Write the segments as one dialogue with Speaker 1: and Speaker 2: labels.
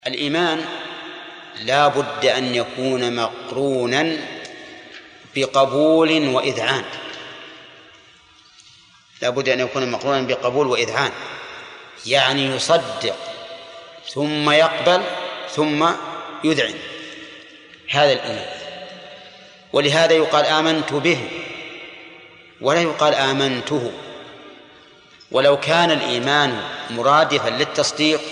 Speaker 1: الإيمان لا بد أن يكون مقرونا بقبول وإذعان، لا بد أن يكون مقرونا بقبول وإذعان، يعني يصدق ثم يقبل ثم يذعن، هذا الإيمان. ولهذا يقال آمنت به ولا يقال آمنته. ولو كان الإيمان مرادفا للتصديق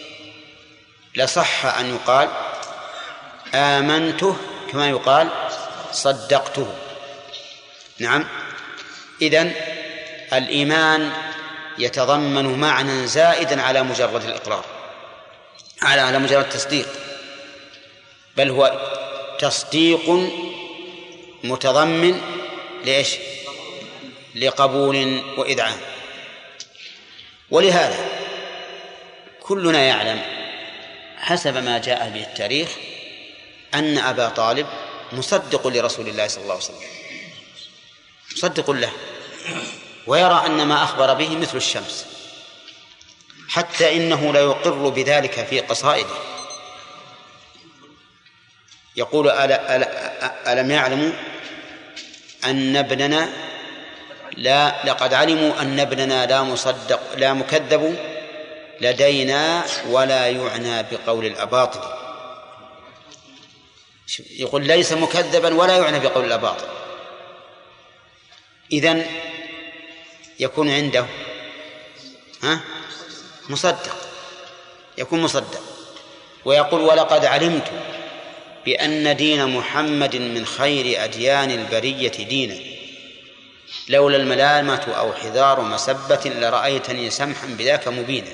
Speaker 1: لصح أن يقال آمنته كما يقال صدقته. نعم، إذن الإيمان يتضمن معنى زائدا على مجرد الإقرار، على مجرد التصديق، بل هو تصديق متضمن لإيش؟ لقبول وإذعان. ولهذا كلنا يعلم حسب ما جاء به التاريخ أن أبا طالب مصدق لرسول الله صلى الله عليه وسلم، مصدق له، ويرى أن ما أخبر به مثل الشمس، حتى إنه لا يقر بذلك في قصائده، يقول ألم يعلموا أن ابننا لقد علموا أن ابننا لا مكذب لدينا ولا يعنى بقول الأباطل. يقول ليس مكذبا ولا يعنى بقول الأباطل، إذن يكون عنده مصدق، يكون مصدق. ويقول ولقد علمت بأن دين محمد من خير أديان البرية دينا لولا الملامة أو حذار مسبة لرأيتني سمحا بذاك مبينا.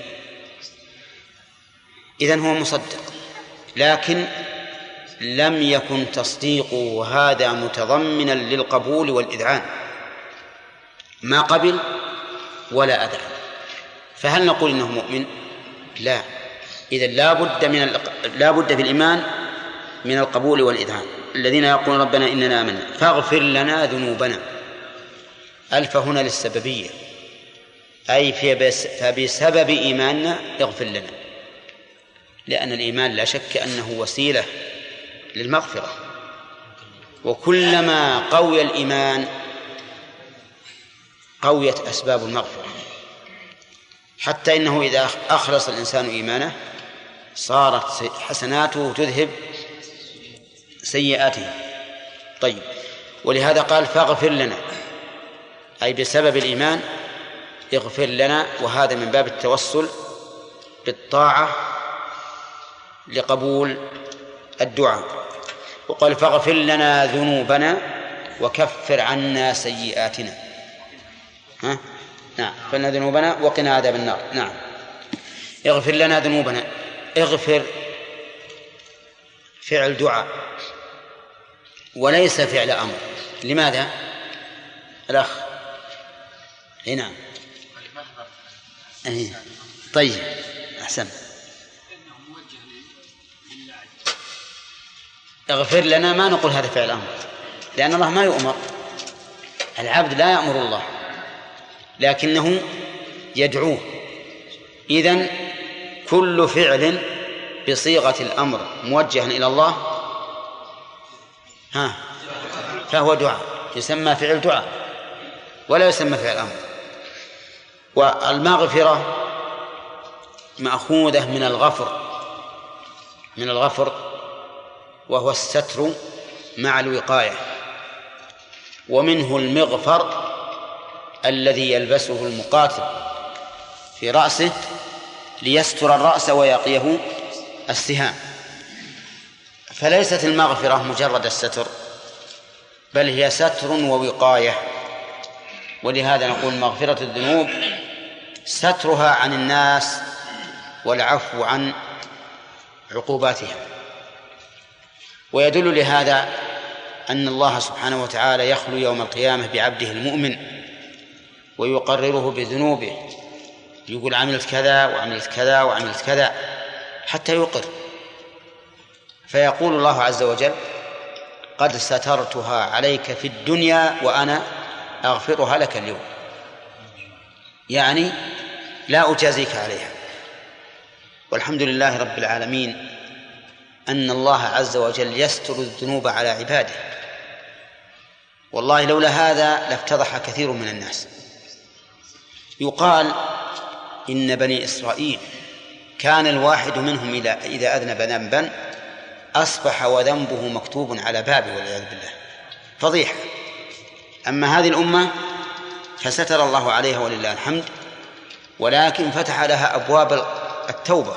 Speaker 1: إذن هو مصدق، لكن لم يكن تصديقه هذا متضمنا للقبول والإذعان، ما قبل ولا أذعن. فهل نقول إنه مؤمن؟ لا. إذن لا بد في الإيمان من القبول والإذعان. الذين يقولون ربنا إننا آمنا فاغفر لنا ذنوبنا، ألف هنا للسببية، أي فبسبب إيماننا اغفر لنا، لأن الإيمان لا شك أنه وسيلة للمغفرة، وكلما قوي الإيمان قويت أسباب المغفرة، حتى إنه إذا أخلص الإنسان إيمانه صارت حسناته تذهب سيئاته. طيب، ولهذا قال فاغفر لنا، أي بسبب الإيمان اغفر لنا، وهذا من باب التوسل بالطاعة لقبول الدعاء. وقال فاغفر لنا ذنوبنا وكفر عنا سيئاتنا. نعم، فلنا ذنوبنا وقنا عذاب النار. نعم، اغفر لنا ذنوبنا. اغفر فعل دعاء وليس فعل أمر. لماذا؟ الأخ هنا. طيب، أحسن. اغفر لنا ما نقول هذا فعل أمر، لأن الله ما يؤمر، العبد لا يأمر الله لكنه يدعوه. إذن كل فعل بصيغة الأمر موجها إلى الله فهو دعاء، يسمى فعل دعاء ولا يسمى فعل أمر. والمغفرة مأخوذة من الغفر وهو الستر مع الوقاية، ومنه المغفر الذي يلبسه المقاتل في رأسه ليستر الرأس ويقيه السهام. فليست المغفرة مجرد الستر، بل هي ستر ووقاية. ولهذا نقول مغفرة الذنوب سترها عن الناس والعفو عن عقوباتها. ويدل لهذا أن الله سبحانه وتعالى يخلو يوم القيامة بعبده المؤمن ويقرره بذنوبه، يقول عملت كذا وعملت كذا وعملت كذا حتى يقر، فيقول الله عز وجل قد سترتها عليك في الدنيا وأنا أغفرها لك اليوم، يعني لا أجازيك عليها. والحمد لله رب العالمين أن الله عز وجل يستر الذنوب على عباده، والله لولا هذا لافتضح كثير من الناس. يقال إن بني إسرائيل كان الواحد منهم إذا أذنب ذنبا أصبح وذنبه مكتوب على بابه والعياذ بالله، فضيحة. أما هذه الأمة فستر الله عليها ولله الحمد، ولكن فتح لها أبواب التوبة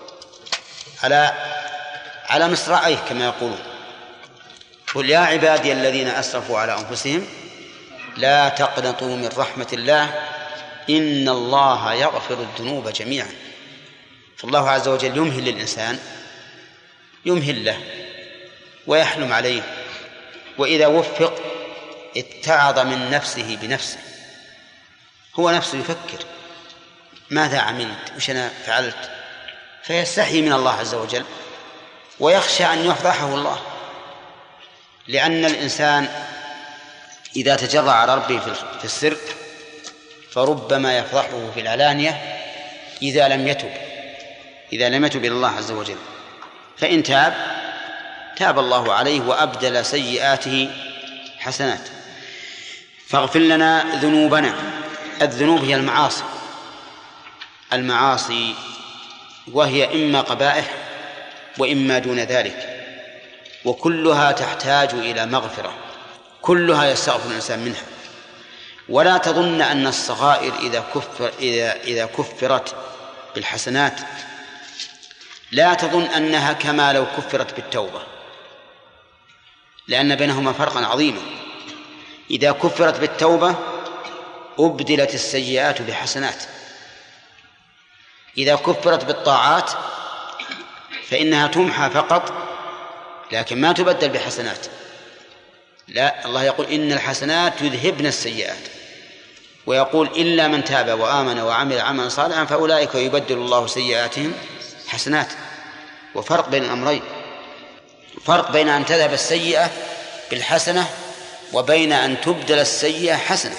Speaker 1: على مصراعيه كما يقولون. قل يا عبادي الذين أسرفوا على أنفسهم لا تقنطوا من رحمة الله إن الله يغفر الذنوب جميعا. فالله عز وجل يمهل للإنسان، يمهل له ويحلم عليه، وإذا وفق اتعظ من نفسه بنفسه، هو نفسه يفكر ماذا عملت وش أنا فعلت، فيستحي من الله عز وجل ويخشى أن يفضحه الله، لأن الإنسان إذا تجرع على ربه في السر فربما يفضحه في العلانية إذا لم يتب إلى الله عز وجل. فإن تاب الله عليه وأبدل سيئاته حسنات. فاغفر لنا ذنوبنا. الذنوب هي المعاصي، وهي إما قبائح وإما دون ذلك، وكلها تحتاج إلى مغفرة، كلها يستغفر الإنسان منها. ولا تظن أن الصغائر إذا كفرت بالحسنات لا تظن أنها كما لو كفرت بالتوبة، لأن بينهما فرقا عظيما. إذا كفرت بالتوبة أبدلت السيئات بحسنات، إذا كفرت بالطاعات فإنها تمحى فقط لكن ما تبدل بحسنات. لا، الله يقول إن الحسنات يذهبن السيئات، ويقول إلا من تاب وآمن وعمل عملا صالحا فأولئك يبدل الله سيئاتهم حسنات. وفرق بين الأمرين، فرق بين أن تذهب السيئة بالحسنة وبين أن تبدل السيئة حسنة،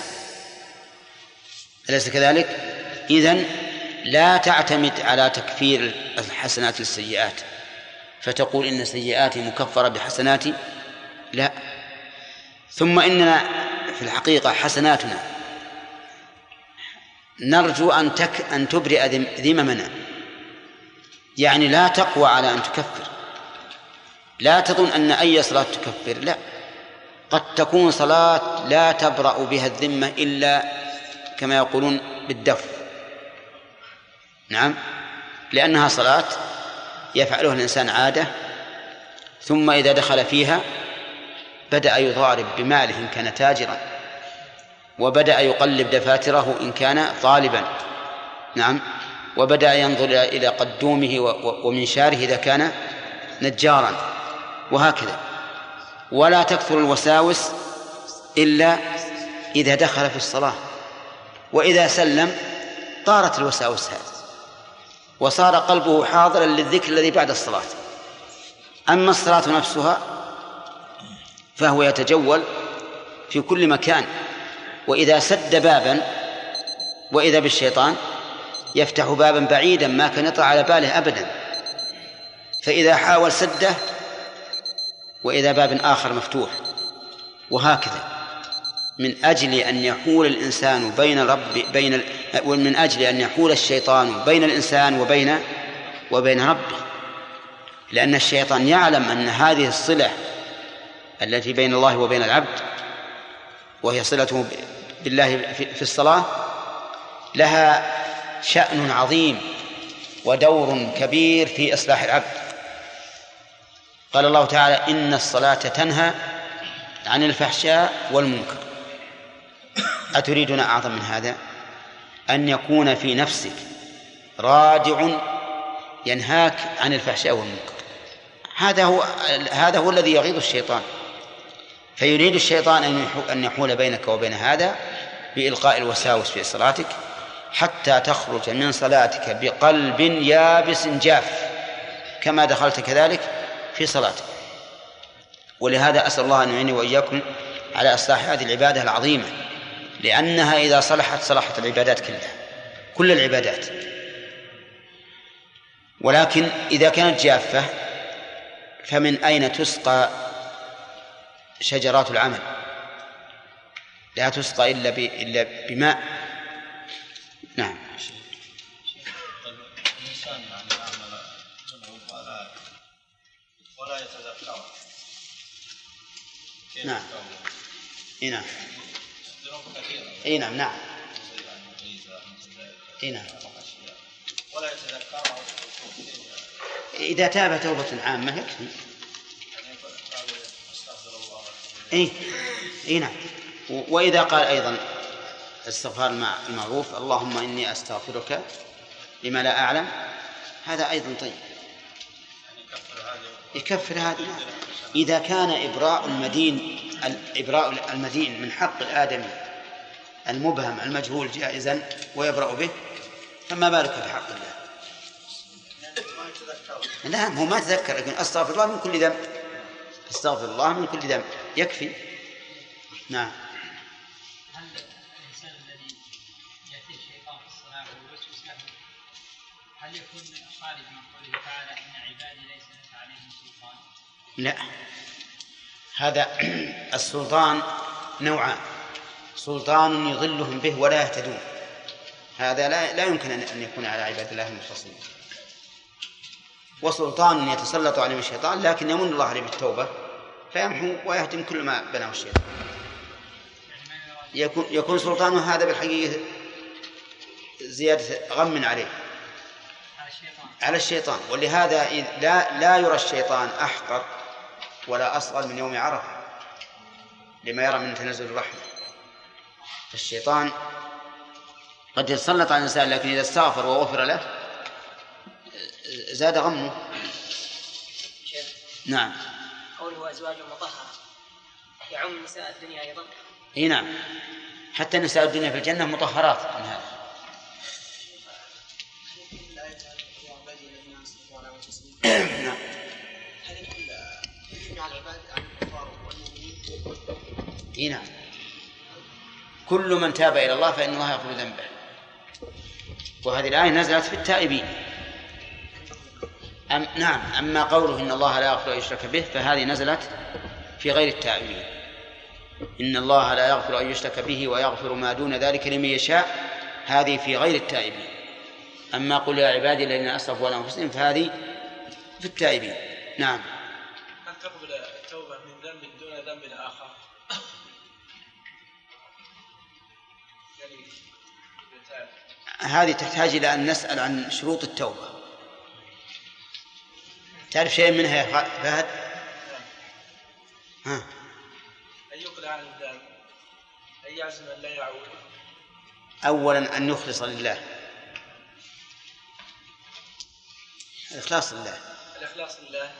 Speaker 1: أليس كذلك؟ إذن لا تعتمد على تكفير الحسنات للسيئات فتقول إن سيئاتي مكفرة بحسناتي، لا. ثم إننا في الحقيقة حسناتنا نرجو أن تبرئ ذممنا، يعني لا تقوى على أن تكفر. لا تظن أن أي صلاة تكفر، لا، قد تكون صلاة لا تبرأ بها الذمة إلا كما يقولون بالدف، نعم، لأنها صلاة يفعلها الإنسان عادة، ثم إذا دخل فيها بدأ يضارب بماله إن كان تاجرا، وبدأ يقلب دفاتره إن كان طالبا، نعم، وبدأ ينظر إلى قدومه ومنشاره إذا كان نجارا، وهكذا. ولا تكثر الوساوس إلا إذا دخل في الصلاة، وإذا سلم طارت الوساوس هذه وصار قلبه حاضرا للذكر الذي بعد الصلاة. أما الصلاة نفسها فهو يتجول في كل مكان، وإذا سد بابا وإذا بالشيطان يفتح بابا بعيدا ما كان يطلع على باله أبدا، فإذا حاول سده وإذا باب آخر مفتوح، وهكذا. من أجل أن يحول الإنسان من أجل أن يحول الشيطان بين الإنسان وبين ربه، لأن الشيطان يعلم أن هذه الصلة التي بين الله وبين العبد وهي صلته بالله في الصلاة لها شأن عظيم ودور كبير في إصلاح العبد. قال الله تعالى إن الصلاة تنهى عن الفحشاء والمنكر. أتريدون أعظم من هذا؟ أن يكون في نفسك رادع ينهاك عن الفحشاء والمنكر. هذا هو الذي يغيظ الشيطان، فيريد الشيطان أن يحول بينك وبين هذا بإلقاء الوساوس في صلاتك حتى تخرج من صلاتك بقلب يابس جاف كما دخلت كذلك في صلاتك. ولهذا أسأل الله أن يعيني وإياكم على إصلاح هذه العبادة العظيمة، لأنها إذا صلحت العبادات كلها، كل العبادات. ولكن إذا كانت جافة فمن أين تسقى شجرات العمل؟ لا تسقى إلا بماء. نعم.
Speaker 2: الإنسان عمل ولا يتذكر.
Speaker 1: نعم. نعم. نعم. نعم. نعم.
Speaker 2: ولا يتذكر.
Speaker 1: إذا تاب توبة عامة يكفي. نعم. وإذا قال أيضا استغفار المعروف اللهم إني أستغفرك لما لا أعلم، هذا أيضا طيب، يكفر هذا. إذا كان إبراء المدين من حق الآدمي المبهم المجهول جائزا ويبرأ به، فما بالك بحق الله؟ لا، هو ما تذكر، لكن أستغفر الله من كل ذنب، أستغفر الله من كل ذنب يكفي. نعم.
Speaker 3: هل الإنسان الذي يأتي الشيطان في الصلاة ويوسوس له هل يكون خارج من قوله تعالى إن عبادي ليس لك عليهم سلطان؟
Speaker 1: لا، هذا السلطان نوعان: سلطان يضلهم به ولا يهتدون، هذا لا يمكن أن يكون على عباد الله المخلصين، وسلطان يتسلط عليهم الشيطان لكن يمن الله عليه بالتوبة فيمحو ويهدم كل ما بناه الشيطان. يكون سلطانه هذا بالحقيقة زيادة غم عليه على الشيطان. ولهذا لا يرى الشيطان أحقر ولا أصغر من يوم عرفة لما يرى من تنزل الرحمة. الشيطان قد يتسلط على الإنسان، لكن إذا استغفر وغفر له زاد غمه. نعم.
Speaker 4: قوله أزواج مطهرة يعم نساء الدنيا أيضا؟
Speaker 1: نعم، حتى نساء الدنيا في الجنة مطهرات من هذا. نعم. نعم، كل من تاب إلى الله فإن الله يغفر ذنبه. وهذه الآية نزلت في التائبين. نعم. أما قوله إن الله لا يغفر أن يشرك به فهذه نزلت في غير التائبين. إن الله لا يغفر أن يشرك به ويغفر ما دون ذلك لمن يشاء، هذه في غير التائبين. أما قل يا عبادي الذين أسرفوا على أنفسهم فهذه في التائبين. نعم.
Speaker 2: هل تقبل التوبة من ذنب دون ذنب آخر؟
Speaker 1: هذه تحتاج إلى أن نسأل عن شروط التوبة. تعرف شيء منها يا فهد؟
Speaker 2: أن يقلع عن الذنب، أن يعزم أن لا يعود.
Speaker 1: أولا أن يخلص لله، الإخلاص لله.
Speaker 2: الإخلاص لله.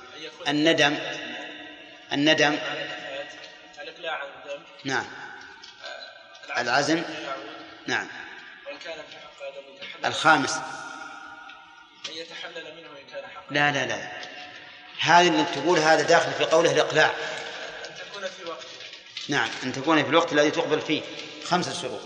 Speaker 1: الندم.
Speaker 2: الإقلاع عن الذنب.
Speaker 1: نعم. العزم. نعم.
Speaker 2: وإن كان في حق آدم يتحلل.
Speaker 1: الخامس
Speaker 2: أن يتحلل منه إن كان حقا.
Speaker 1: لا، هذا اللي تقول هذا داخل في قوله الإقلاع.
Speaker 2: أن تكون في وقت.
Speaker 1: نعم، أن تكون في الوقت الذي تقبل فيه. 5 شروط.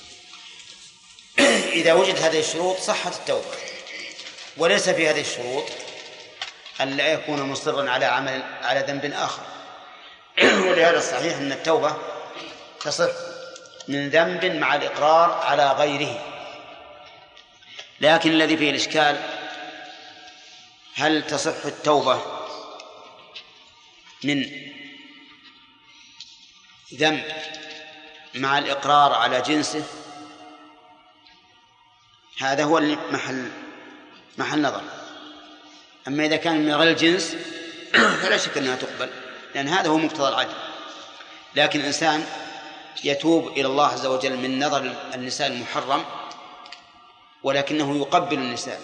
Speaker 1: إذا وجد هذه الشروط صحت التوبة. وليس في هذه الشروط أن لا يكون مصرا على ذنب آخر. ولهذا الصحيح أن التوبة تصح من ذنب مع الإقرار على غيره. لكن الذي فيه الإشكال: هل تصح التوبة من ذنب مع الإقرار على جنسه؟ هذا هو محل نظر. أما إذا كان من غير الجنس فلا شك أنها تقبل، لأن هذا هو مقتضى العدل. لكن الإنسان يتوب إلى الله عز وجل من نظر النساء المحرم ولكنه يقبل النساء،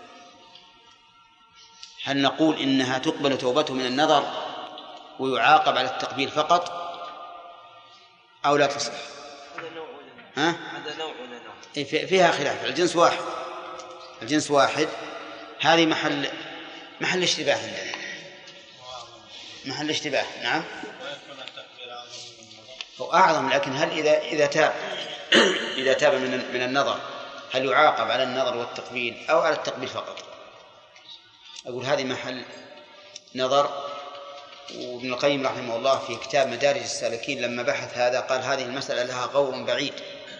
Speaker 1: هل نقول إنها تقبل توبته من النظر ويعاقب على التقبيل فقط أو لا تصح؟
Speaker 2: هذا نوع
Speaker 1: فيها خلاف. الجنس واحد. هذه محل اشتباه عندنا، محل اشتباه. نعم. هو أعظم، لكن هل إذا تاب من النظر هل يعاقب على النظر والتقبيل أو على التقبيل فقط؟ أقول هذه محل نظر. وابن القيم رحمه الله في كتاب مدارج السالكين لما بحث هذا قال هذه المسألة لها غور بعيد،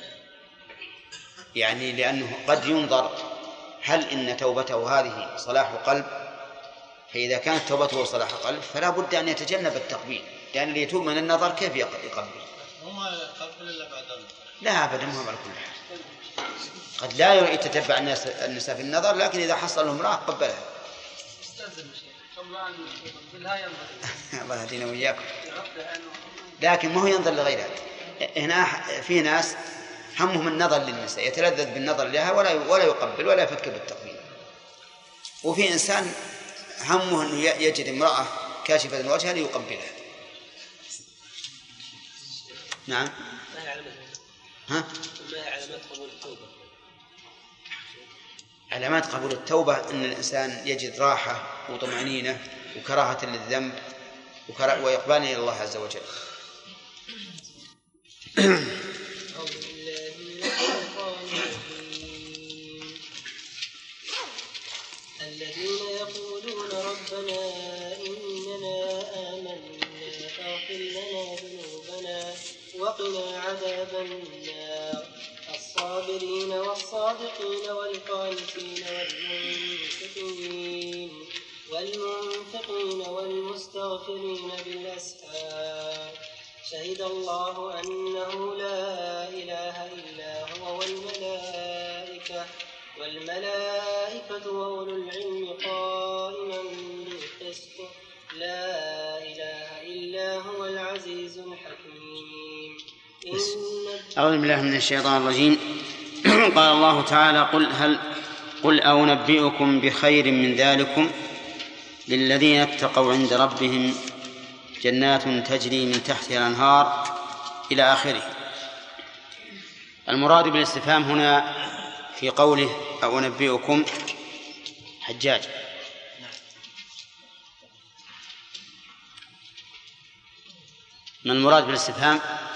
Speaker 1: يعني لأنه قد ينظر هل إن توبته هذه صلاح قلب، فإذا كانت توبته صلاح قلب فلا بد أن يتجنب التقبيل، لأن اللي يتوب من النظر كيف يقبل؟ لا أبدا، ما هو على كل حال. قد لا يتتبع النساء في النظر، لكن إذا حصل امرأة قبلها. الله يهدينا وإياكم. لكن ما هو ينظر لغيرها. هنا في ناس همهم النظر للنساء، يتلذذ بالنظر لها ولا يقبل ولا يفكر بالتقبيل. وفي إنسان همه أنه يجد امرأة كاشفة الوجه ليقبلها. نعم. ها؟ علامات قبول التوبة أن الإنسان يجد راحة وطمأنينة وكراهة للذنب وإقبال إلى الله عز وجل.
Speaker 5: الذين يقولون ربنا إننا آمنا فاغفر لنا ذنوبنا وقنا عذاب النار. الصابرين والصادقين والقانتين والمنفقين والمستغفرين بالأسحار. شهد الله أنه لا إله إلا هو والملائكة وأولو العلم قائما بالقسط لا إله إلا هو العزيز الحكيم.
Speaker 1: أعوذ بالله من الشيطان الرجيم. قال الله تعالى قل أنبئكم بخير من ذلكم للذين اتقوا عند ربهم جنات تجري من تحتها الأنهار إلى آخره. المراد بالاستفهام هنا في قوله أنبئكم حجاج. ما المراد بالاستفهام؟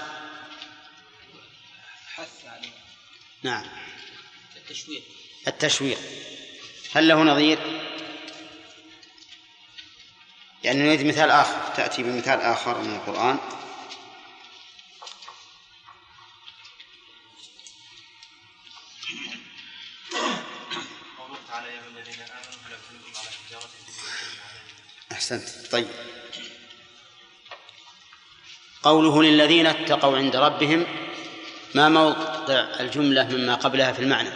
Speaker 1: نعم، التشويق. هل له نظير؟ يعني نريد مثال آخر، تأتي بمثال آخر من القرآن. أحسنت. طيب، قوله للذين اتقوا عند ربهم، ما موضع الجملة مما قبلها في المعنى؟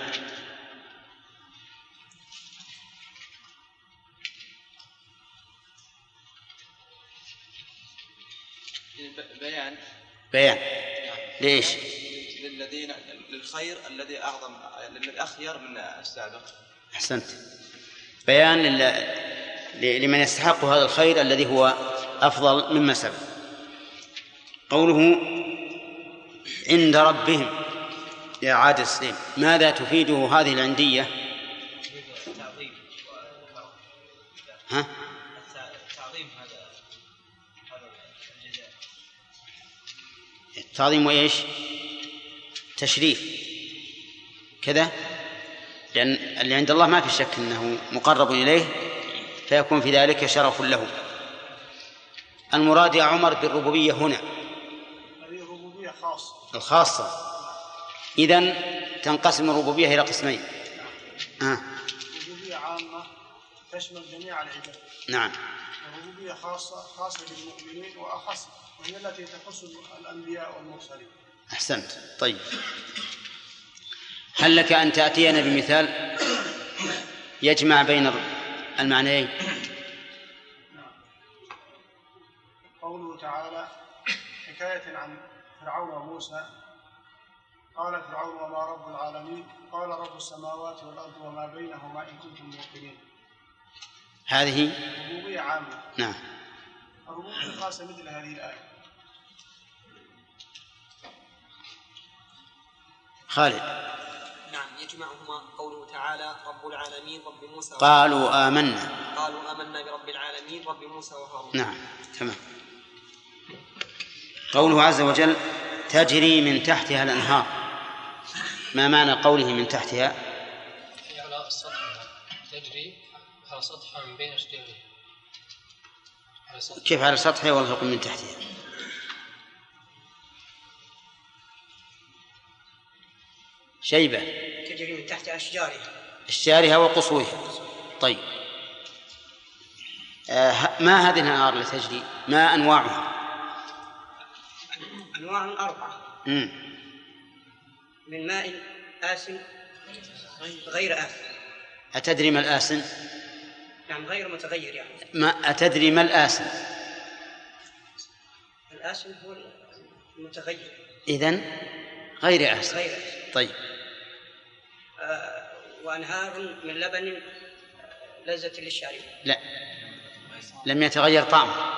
Speaker 1: بيان. ليش؟
Speaker 2: للذين للخير الذي أعظم للأخير من السابق.
Speaker 1: أحسنت. بيان لمن يستحق هذا الخير الذي هو أفضل مما سبق. قوله عند ربهم يا عادل السليم، ماذا تفيده هذه العندية؟ ها؟ التعظيم وإيش؟ تشريف كذا، لأن اللي عند الله ما في شك أنه مقرب إليه، فيكون في ذلك شرف له. المراد يا عمر بالربوبية هنا
Speaker 6: هذه ربوبية خاصة
Speaker 1: الخاصة. إذن تنقسم الربوبية إلى قسمين.
Speaker 6: ربوبية عامة تشمل جميع العباد.
Speaker 1: نعم.
Speaker 6: وربوبية خاصة بالمؤمنين وأخص، وهي التي تخص الأنبياء والمرسلين.
Speaker 1: أحسنت. طيب، هل لك أن تأتينا بمثال يجمع بين المعنيين؟
Speaker 6: قوله تعالى حكاية عن فرعون وموسى: قال فرعون وما رب العالمين؟ قال رب السماوات والأرض وما بينهما إن كنتم موقنين.
Speaker 1: هذه
Speaker 6: ربوبية عامة.
Speaker 1: نعم.
Speaker 6: الربوبية خاصة مثل هذه الآية.
Speaker 1: خالد.
Speaker 4: نعم، يجمعهما قوله تعالى رب العالمين رب موسى
Speaker 1: قالوا آمنا
Speaker 4: برب العالمين رب موسى وهارون.
Speaker 1: نعم، تمام. قوله عز وجل تجري من تحتها الأنهار، ما معنى قوله من تحتها؟
Speaker 3: على السطح تجري على سطح من بين أشجاره.
Speaker 1: كيف على سطحه والله يقول من تحتها؟ شيبة
Speaker 4: تجري من تحت
Speaker 1: أشجارها وقصورها. طيب ما هذه الأنهار التي تجري؟ ما أنواعها؟
Speaker 4: أنواع 4 من ماء آسن غير آسن.
Speaker 1: أتدري ما الآسن؟
Speaker 4: يعني غير متغير يعني.
Speaker 1: ما أتدري ما الآسن؟
Speaker 4: الآسن هو المتغير.
Speaker 1: إذن غير آسن.
Speaker 4: غير آسن.
Speaker 1: طيب
Speaker 4: وأنهار من لبن لذة للشارب.
Speaker 1: لا لم يتغير طعمه.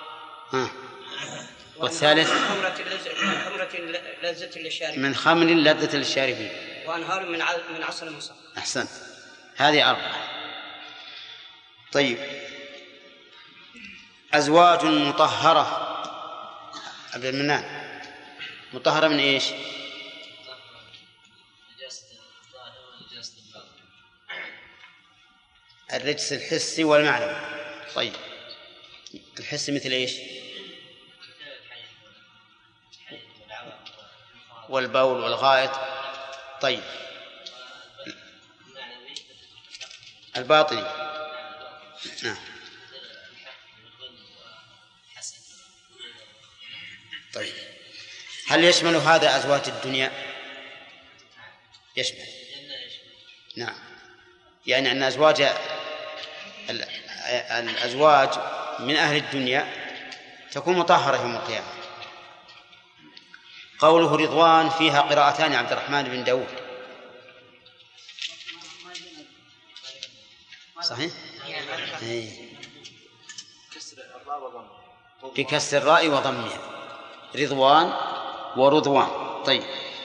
Speaker 1: والثالث
Speaker 4: خمرة لذة للشاربين.
Speaker 1: من خمر لذة للشاربين.
Speaker 4: وأنهار من عسل مصفى.
Speaker 1: أحسنت. هذه 4. طيب أزواج مطهرة. عبد المنان مطهرة من إيش؟ الرجس الحسي والمعنوي. طيب الحسي مثل إيش؟ والبول والغائط. طيب الباطني. نعم. طيب هل يشمل هذا أزواج الدنيا؟ يشمل. نعم يعني أن الأزواج من أهل الدنيا تكون مطهرة يوم القيامة. قوله رضوان فيها قراءتان عبد الرحمن بن داود. صحيح؟ بكسر الراء وضمها. رضوان ورضوان. طيب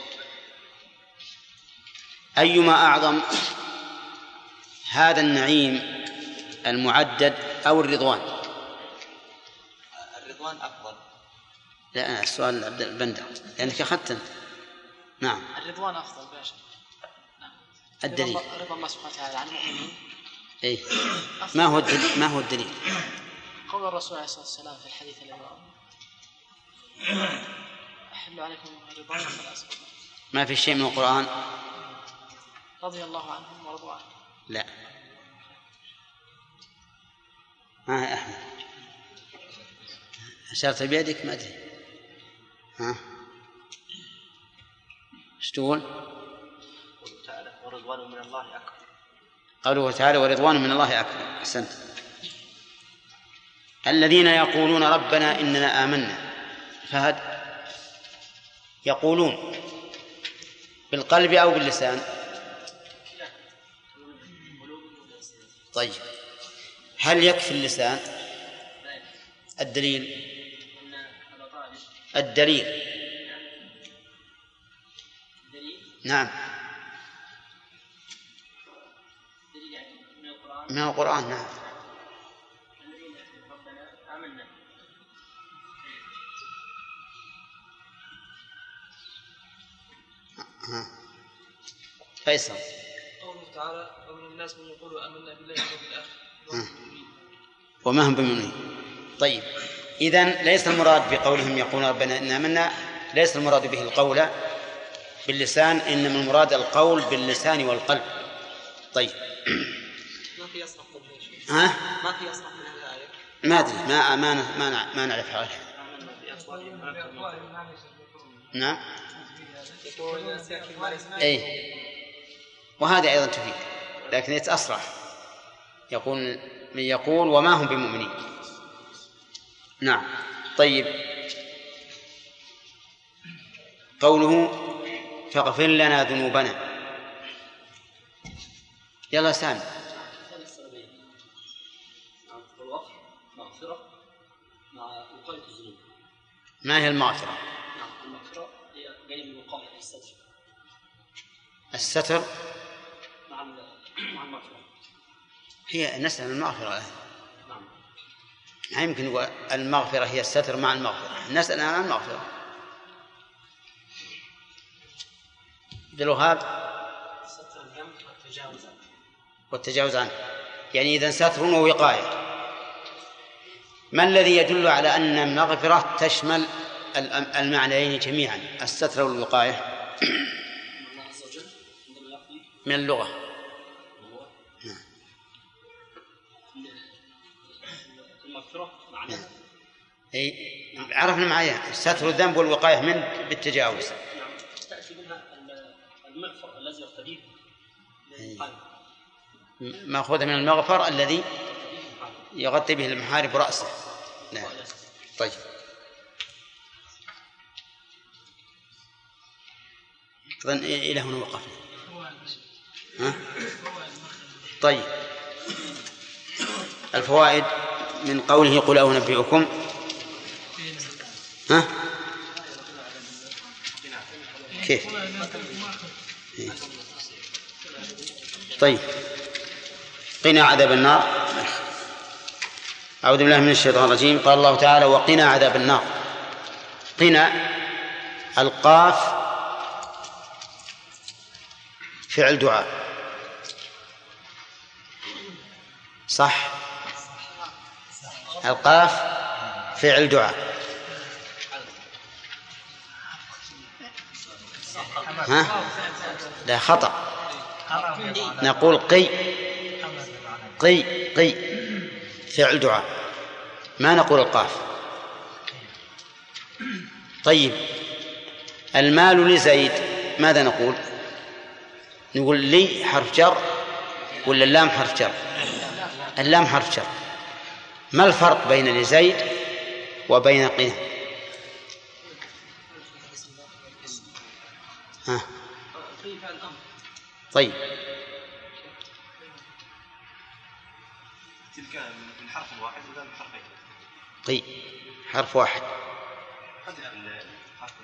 Speaker 1: أيما أعظم هذا النعيم المعدد أو الرضوان؟
Speaker 7: الرضوان أفضل.
Speaker 1: لا السؤال عبد البندر لأنك أخذت. نعم
Speaker 8: الرضوان أفضل باشا. نعم.
Speaker 1: الدليل
Speaker 8: رضا الله سبحانه وتعالى عن المؤمنين.
Speaker 1: إيه ما هو الدليل؟
Speaker 8: قول الرسول عليه الصلاة والسلام في الحديث الذي أحل عليكم الرضوان فلا أسأل.
Speaker 1: ما في شيء من القرآن
Speaker 8: رضي الله عنهم ورضوا عنه.
Speaker 1: لا ما هي أحمد أشارت بيدك ما أدري. ايش تقول؟
Speaker 7: ورضوان من الله أكبر.
Speaker 1: قوله تعالى ورضوان من الله أكبر. أحسنت. الذين يقولون ربنا إننا آمنا. فهد يقولون بالقلب أو باللسان؟ طيب هل يكفي اللسان؟ الدليل نعم من القرآن. نعم فيصل.
Speaker 2: قوله تعالى ومن الناس من يقول آمنا بالله واليوم الآخر
Speaker 1: وما هم بمؤمنين. طيب إذن ليس المراد بقولهم يقولون ربنا إننا آمنا ليس المراد به القول باللسان إنما المراد القول باللسان والقلب. طيب
Speaker 4: ما في أصرف من
Speaker 1: ما
Speaker 4: في أصرف من الآية.
Speaker 1: ما أدري ما نعرف حاله. نعم أي وهذا أيضا تفيد لكن يتأسرع. يقول من يقول وما هم بمؤمنين. نعم. طيب قوله فاغفر لنا ذنوبنا. يلا سامي. ما هي المغفرة؟
Speaker 7: المغفرة هي جاية من مقام الستر.
Speaker 1: الستر
Speaker 7: مع المغفرة.
Speaker 1: هي نسأل المغفرة الآن. نعم. يمكن نقول المغفرة هي الستر مع المغفرة. نسأل عن المغفرة. عبد الوهاب.
Speaker 4: الستر الذنب والتجاوز
Speaker 1: عنه. يعني إذا ستر ووقاية. ما الذي يدل على أن المغفرة تشمل المعنيين جميعا، الستر والوقاية؟ من اللغة.
Speaker 7: المغفرة معناها
Speaker 1: عرفنا معايا ستر الذنب والوقاية من بالتجاوز.
Speaker 7: تأتي منها المغفر الذي يقتضيه
Speaker 1: مأخوذ من المغفر الذي يغطي به المحارب رأسه. نعم. طيب إذن إلى هنا وقفنا. طيب الفوائد من قوله قل أنبئكم. كيف؟ طيب قنا عذاب النار. أعوذ بالله من الشيطان الرجيم. قال الله تعالى وقنا عذاب النار. قنا القاف فعل دعاء صح؟ القاف فعل دعاء. لا خطأ، نقول قي فعل دعاء، ما نقول القاف. طيب المال لزيد ماذا نقول؟ نقول لي حرف جر ولا اللام حرف جر؟ اللام حرف جر. ما الفرق بين لزيد وبين قنا؟ طيب
Speaker 9: تلك من حرف واحد وذا من حرفين.
Speaker 1: قي حرف واحد.
Speaker 9: حرف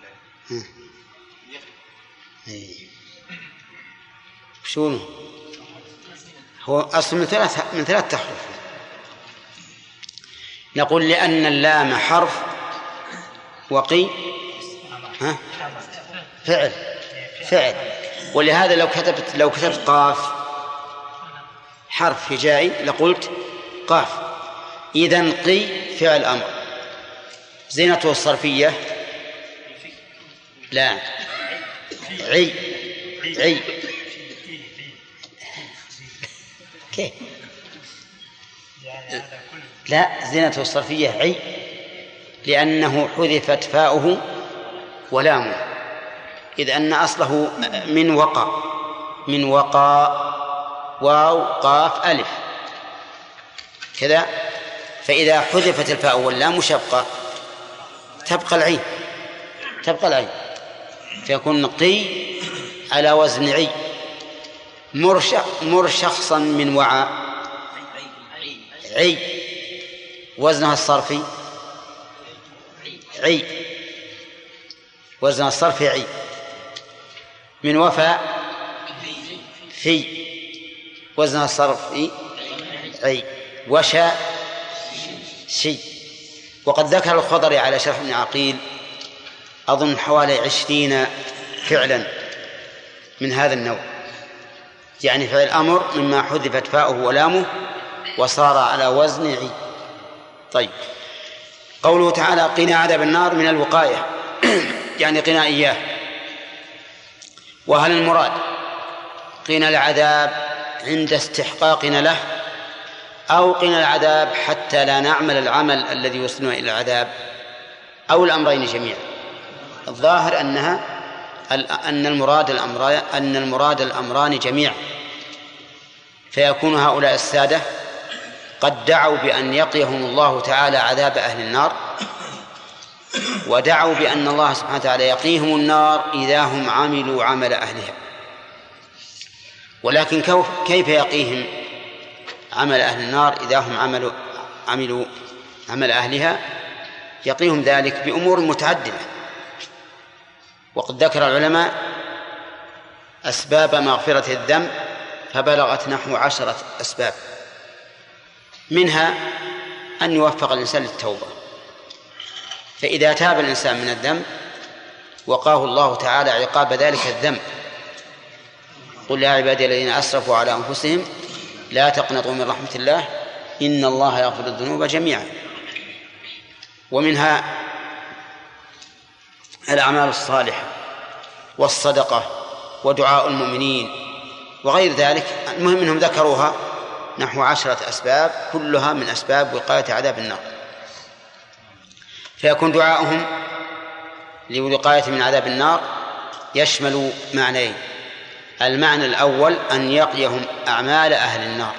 Speaker 1: شو هو أصل من ثلاث تحرف. نقول لأن اللام حرف وقي فعل، ولهذا لو كتبت قاف حرف هجائي لقلت قاف. إذن قي فعل أمر. زينته الصرفية لا عي كيف؟ لا زينته الصرفية عي لأنه حذفت فاؤه ولامه، إذ أن أصله من وقى واو قاف ألف كذا، فإذا حذفت الفاء واللام شبقة تبقى العين فيكون قي على وزن عي. مر شخصا من وعى عي، وزنها الصرفي عي، وزنها الصرفي عي. من وفاء في، وزنها الصرفي عي. وشاء شي. وقد ذكر الخضري على شرح ابن عقيل أظن حوالي 20 فعلا من هذا النوع، يعني فعل الأمر مما حذفت فاؤه ولامه وصار على وزن عي. طيب قوله تعالى قنا عذاب النار من الوقاية يعني قنا إياه. وهل المراد قنا العذاب عند استحقاقنا له أو قنا العذاب حتى لا نعمل العمل الذي يوصلنا إلى العذاب، أو الأمرين جميعا؟ الظاهر أن المراد الأمران جميعا، فيكون هؤلاء السادة قد دعوا بأن يقيهم الله تعالى عذاب أهل النار، ودعوا بأن الله سبحانه وتعالى يقيهم النار إذا هم عملوا عمل أهلها. ولكن كيف يقيهم عمل أهل النار إذا هم عملوا عمل أهلها؟ يقيهم ذلك بأمور متعددة، وقد ذكر العلماء أسباب مغفرة الذنب فبلغت نحو 10 أسباب، منها أن يوفق الإنسان للتوبة، فإذا تاب الإنسان من الذنب وقاه الله تعالى عقاب ذلك الذنب. قل يا عبادي الذين أسرفوا على أنفسهم لا تقنطوا من رحمة الله إن الله يغفر الذنوب جميعا. ومنها الأعمال الصالحة والصدقة ودعاء المؤمنين وغير ذلك. المهم أنهم ذكروها نحو 10 أسباب كلها من أسباب وقاية عذاب النار، فيكون دعاؤهم لوقاية من عذاب النار يشمل معنيين: المعنى الأول أن يقيهم أعمال أهل النار،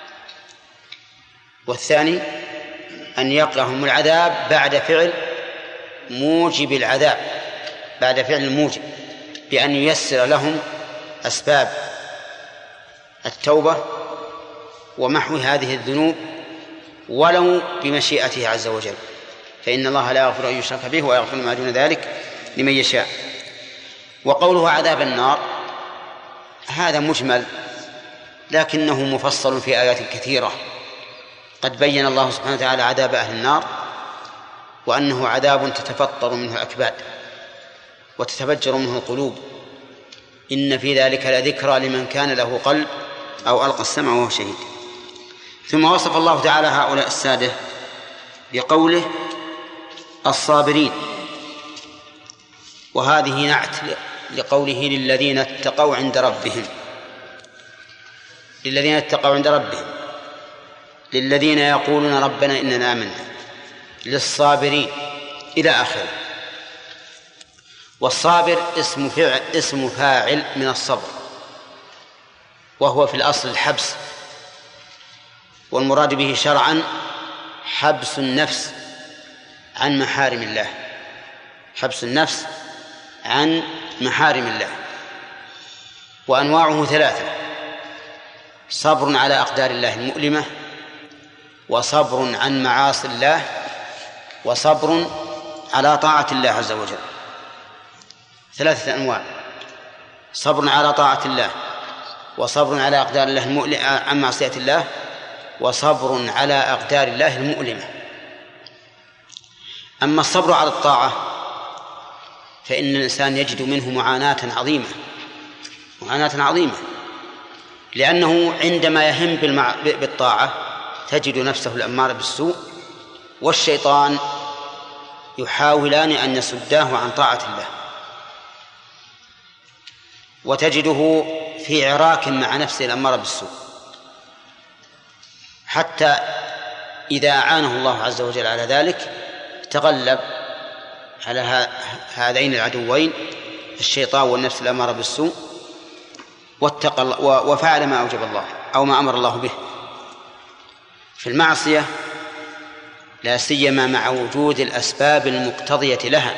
Speaker 1: والثاني أن يقيهم العذاب بعد فعل موجب العذاب، بعد فعل الموجب، بأن ييسر لهم أسباب التوبة ومحو هذه الذنوب ولو بمشيئته عز وجل، فإن الله لا يغفر أن يشرك به ويغفر ما دون ذلك لمن يشاء. وقوله عذاب النار هذا مجمل لكنه مفصل في آيات كثيرة. قد بين الله سبحانه وتعالى عذاب أهل النار وأنه عذاب تتفطر منه الأكباد وتتفجر منه القلوب، إن في ذلك لذكرى لمن كان له قلب أو ألقى السمع وهو شهيد. ثم وصف الله تعالى هؤلاء السادة بقوله الصابرين، وهذه نعت لقوله للذين اتقوا عند ربهم، للذين اتقوا عند ربهم، للذين يقولون ربنا إننا آمنا، للصابرين إلى آخره. والصابر اسم فاعل من الصبر، وهو في الأصل الحبس، والمراد به شرعا حبس النفس عن محارم الله، حبس النفس عن محارم الله. وأنواعه 3: صبر على أقدار الله المؤلمة، وصبر عن معاصي الله، وصبر على طاعة الله عز وجل. 3 أنواع: صبر على طاعة الله، وصبر على أقدار الله المؤلمة عن معصية الله، وصبر على أقدار الله المؤلمة. أما الصبر على الطاعة فإن الإنسان يجد منه معاناة عظيمة، لأنه عندما يهم بالطاعة تجد نفسه الأمارة بالسوء والشيطان يحاولان أن يصداه عن طاعة الله، وتجده في عراك مع نفسه الأمارة بالسوء، حتى إذا أعانه الله عز وجل على ذلك تغلب على هذين العدوين الشيطان والنفس الأمارة بالسوء وفعل ما أوجب الله أو ما أمر الله به. في المعصية لا سيما مع وجود الأسباب المقتضية لها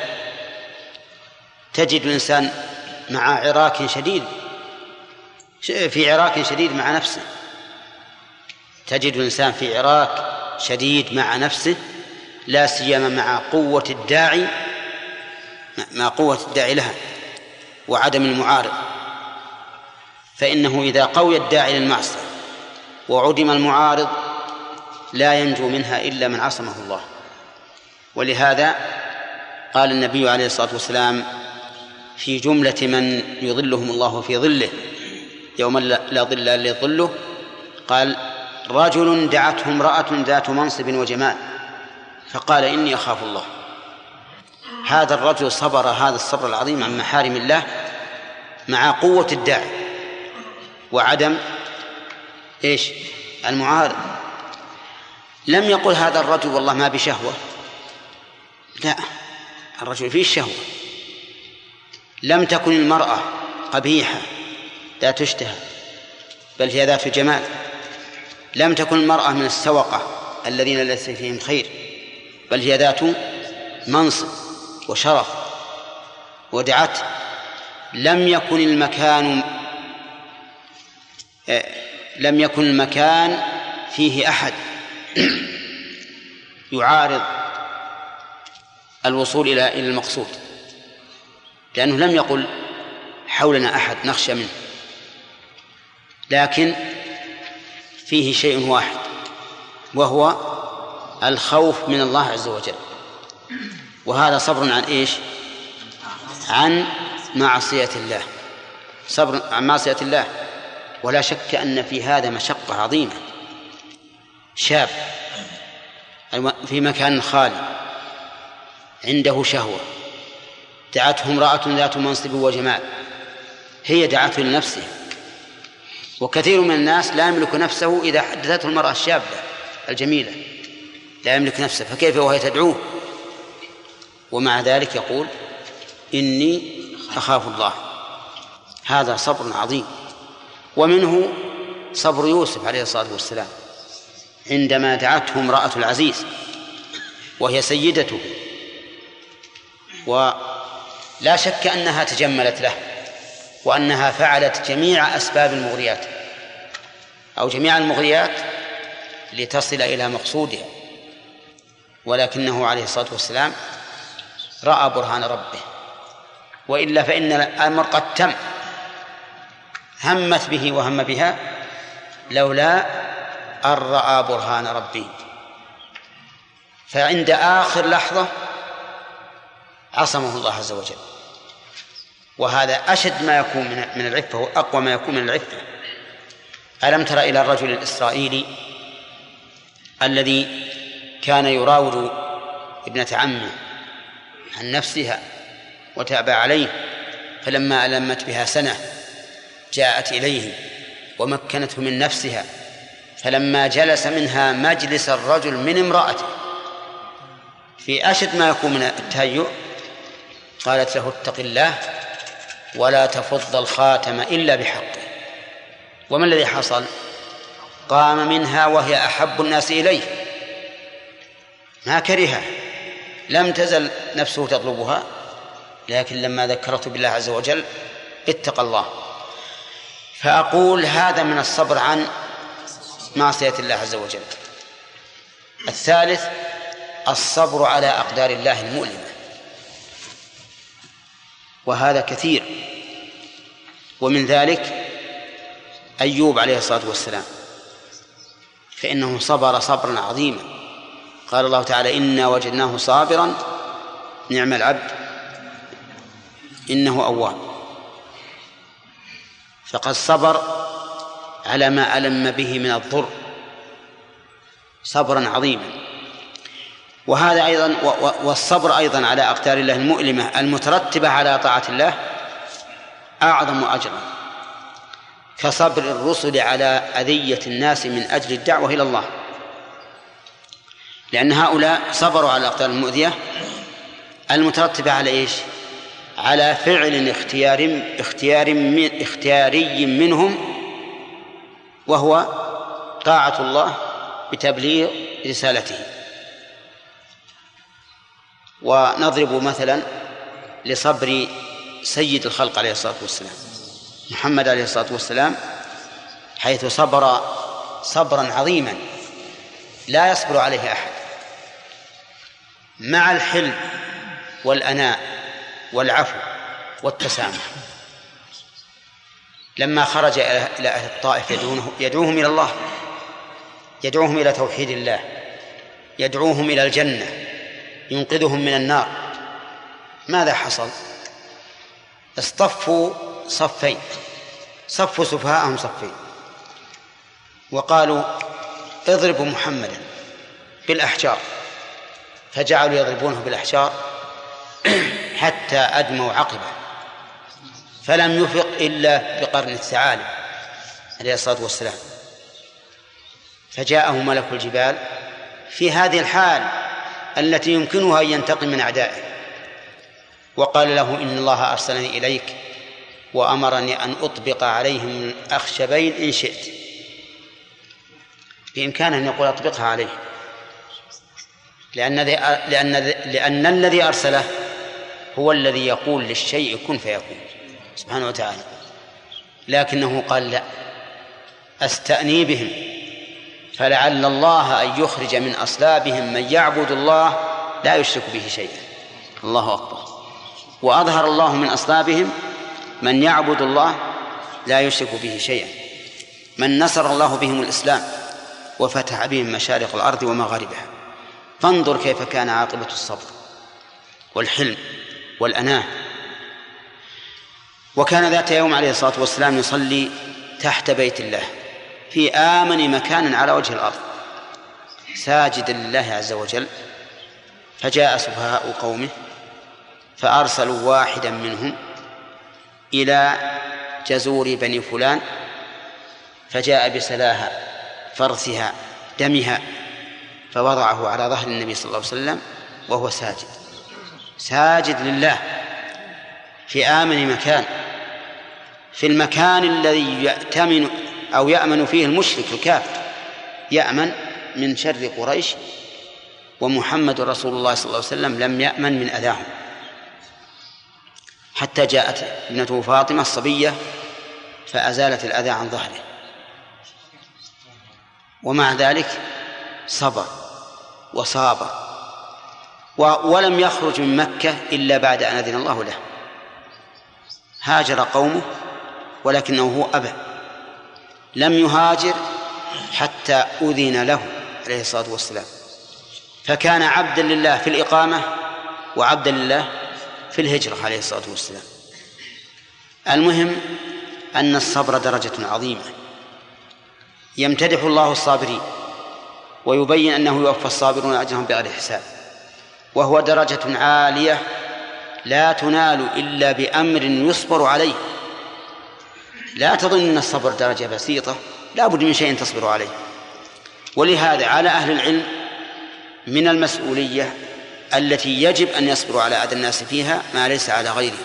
Speaker 1: تجد الإنسان مع عراك شديد، في عراك شديد مع نفسه، تجد الإنسان في عراك شديد مع نفسه، لا سيما مع قوة الداعي لها وعدم المعارض. فإنه إذا قوي الداعي للمعصية وعدم المعارض لا ينجو منها إلا من عصمه الله. ولهذا قال النبي عليه الصلاة والسلام في جملة من يظلهم الله في ظله يوم لا ظل إلا ظله، قال: رجل دعته امرأة ذات منصب وجمال فقال إني أخاف الله. هذا الرجل صبر هذا الصبر العظيم عن محارم الله مع قوة الداعي وعدم المعارض. لم يقل هذا الرجل والله ما بشهوة، لا، الرجل فيه الشهوة. لم تكن المرأة قبيحة لا تشتهى بل هي ذات جمال. لم تكن المرأة من السوقة الذين ليس فيهم خير بل هي ذات منصب وشرف ودعت. لم يكن المكان فيه أحد يعارض الوصول إلى المقصود، لأنه لم يقل حولنا أحد نخشى منه، لكن فيه شيء واحد وهو الخوف من الله عز وجل. وهذا صبر عن عن معصية الله، صبر عن معصية الله. ولا شك أن في هذا مشقة عظيمة. شاب في مكان خالي عنده شهوة، دعته امرأة ذات منصب وجمال، هي دعته لنفسه، وكثير من الناس لا يملك نفسه إذا حدثته المرأة الشابة الجميلة، لا يملك نفسه، فكيف وهي تدعوه؟ ومع ذلك يقول إني أخاف الله. هذا صبر عظيم. ومنه صبر يوسف عليه الصلاة والسلام عندما دعته امرأة العزيز وهي سيدته، ولا شك أنها تجملت له وأنها فعلت جميع أسباب المغريات أو جميع المغريات لتصل إلى مقصودها، ولكنه عليه الصلاة والسلام رأى برهان ربه، وإلا فإن الأمر قد تم، همت به وهم بها لولا أن رأى برهان ربه. فعند آخر لحظة عصمه الله عز وجل، وهذا أشد ما يكون من العفة وأقوى ما يكون من العفة. ألم تر إلى الرجل الإسرائيلي الذي كان يراود ابنة عمه عن نفسها وتابع عليه، فلما ألمت بها سنة جاءت إليه ومكنته من نفسها، فلما جلس منها مجلس الرجل من امرأته في أشد ما يكون من التهيؤ قالت له اتق الله ولا تفض الخاتم إلا بحقه. وما الذي حصل؟ قام منها وهي أحب الناس إليه، ما كرهها، لم تزل نفسه تطلبها، لكن لما ذكرته بالله عز وجل اتق الله. فأقول هذا من الصبر عن معصية الله عز وجل. الثالث الصبر على أقدار الله المؤلمة، وهذا كثير، ومن ذلك أيوب عليه الصلاة والسلام، فإنه صبر صبرا عظيما. قال الله تعالى إنا وجدناه صابرا نعم العبد إنه أواب. فقد صبر على ما ألم به من الضر صبرا عظيما. وهذا أيضا والصبر أيضا على أقدار الله المؤلمة المترتبة على طاعة الله أعظم أجرا، كصبر الرسل على أذية الناس من أجل الدعوة إلى الله، لأن هؤلاء صبروا على الأقدار المؤذية المترتبة على إيش؟ على فعل اختياري منهم، وهو طاعة الله بتبليغ رسالته. ونضرب مثلا لصبر سيد الخلق عليه الصلاة والسلام محمد عليه الصلاة والسلام، حيث صبر صبرا عظيما لا يصبر عليه أحد، مع الحلم والأناء والعفو والتسامح. لما خرج إلى أهل الطائف يدعوهم إلى الله، يدعوهم إلى توحيد الله، يدعوهم إلى الجنة، ينقذهم من النار، ماذا حصل؟ اصطفوا صفين، صفوا سفهاءهم صفين، وقالوا اضربوا محمدا بالأحجار، فجعلوا يضربونه بالأحجار حتى أدموا عقبه، فلم يفق إلا بقرن الثعالب عليه الصلاة والسلام. فجاءه ملك الجبال في هذه الحال التي يمكنها أن ينتقم من أعدائه، وقال له إن الله أرسلني إليك وأمرني أن أطبق عليهم الأخشبين إن شئت. بإمكانه أن يقول أطبقها عليه، لأن الذي أرسله هو الذي يقول للشيء كن فيكون سبحانه وتعالى، لكنه قال لا، أستأني بهم فلعل الله أن يخرج من أصلابهم من يعبد الله لا يشرك به شيئا. الله أكبر. وأظهر الله من أصلابهم من يعبد الله لا يشرك به شيئا، من نصر الله بهم الإسلام وفتح بهم مشارق الأرض ومغاربها. فانظر كيف كان عاقبة الصبر والحلم والأناة. وكان ذات يوم عليه الصلاة والسلام يصلي تحت بيت الله في آمن مكان على وجه الأرض ساجدا لله عز وجل، فجاء سفهاء قومه فأرسلوا واحدا منهم إلى جزور بني فلان فجاء بسلاها فرثها دمها فوضعه على ظهر النبي صلى الله عليه وسلم وهو ساجد لله في آمن مكان، في المكان الذي يأتمن أو يأمن فيه المشرك الكافر، يأمن من شر قريش، ومحمد رسول الله صلى الله عليه وسلم لم يأمن من أذاهم، حتى جاءت ابنته فاطمة الصبية فأزالت الأذى عن ظهره، ومع ذلك صبر وصابر ولم يخرج من مكة إلا بعد أن أذن الله له. هاجر قومه ولكنه هو أبى، لم يهاجر حتى أذن له عليه الصلاة والسلام، فكان عبدا لله في الإقامة وعبدا لله في الهجرة عليه الصلاة والسلام. المهم أن الصبر درجة عظيمة يمتدح الله الصابرين ويبين أنه يوفى الصابرون أجرهم بغير حساب، وهو درجة عالية لا تنال إلا بأمر يصبر عليه. لا تظن أن الصبر درجة بسيطة، لا بد من شيء تصبر عليه. ولهذا على أهل العلم من المسؤولية التي يجب أن يصبروا على أذى الناس فيها ما ليس على غيرهم.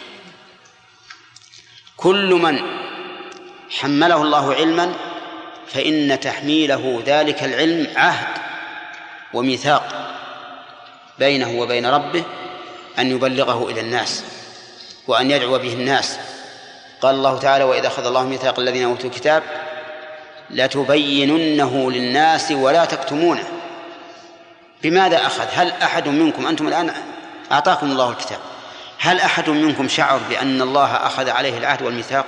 Speaker 1: كل من حمله الله علما فإن تحميله ذلك العلم عهد وميثاق بينه وبين ربه أن يبلغه إلى الناس وأن يدعو به الناس. قال الله تعالى: وإذا أخذ الله ميثاق الذين أوتوا الكتاب لتبيننه للناس ولا تكتمونه. بماذا أخذ؟ هل أحد منكم، أنتم الآن أعطاكم الله الكتاب، هل أحد منكم شعر بأن الله أخذ عليه العهد والميثاق؟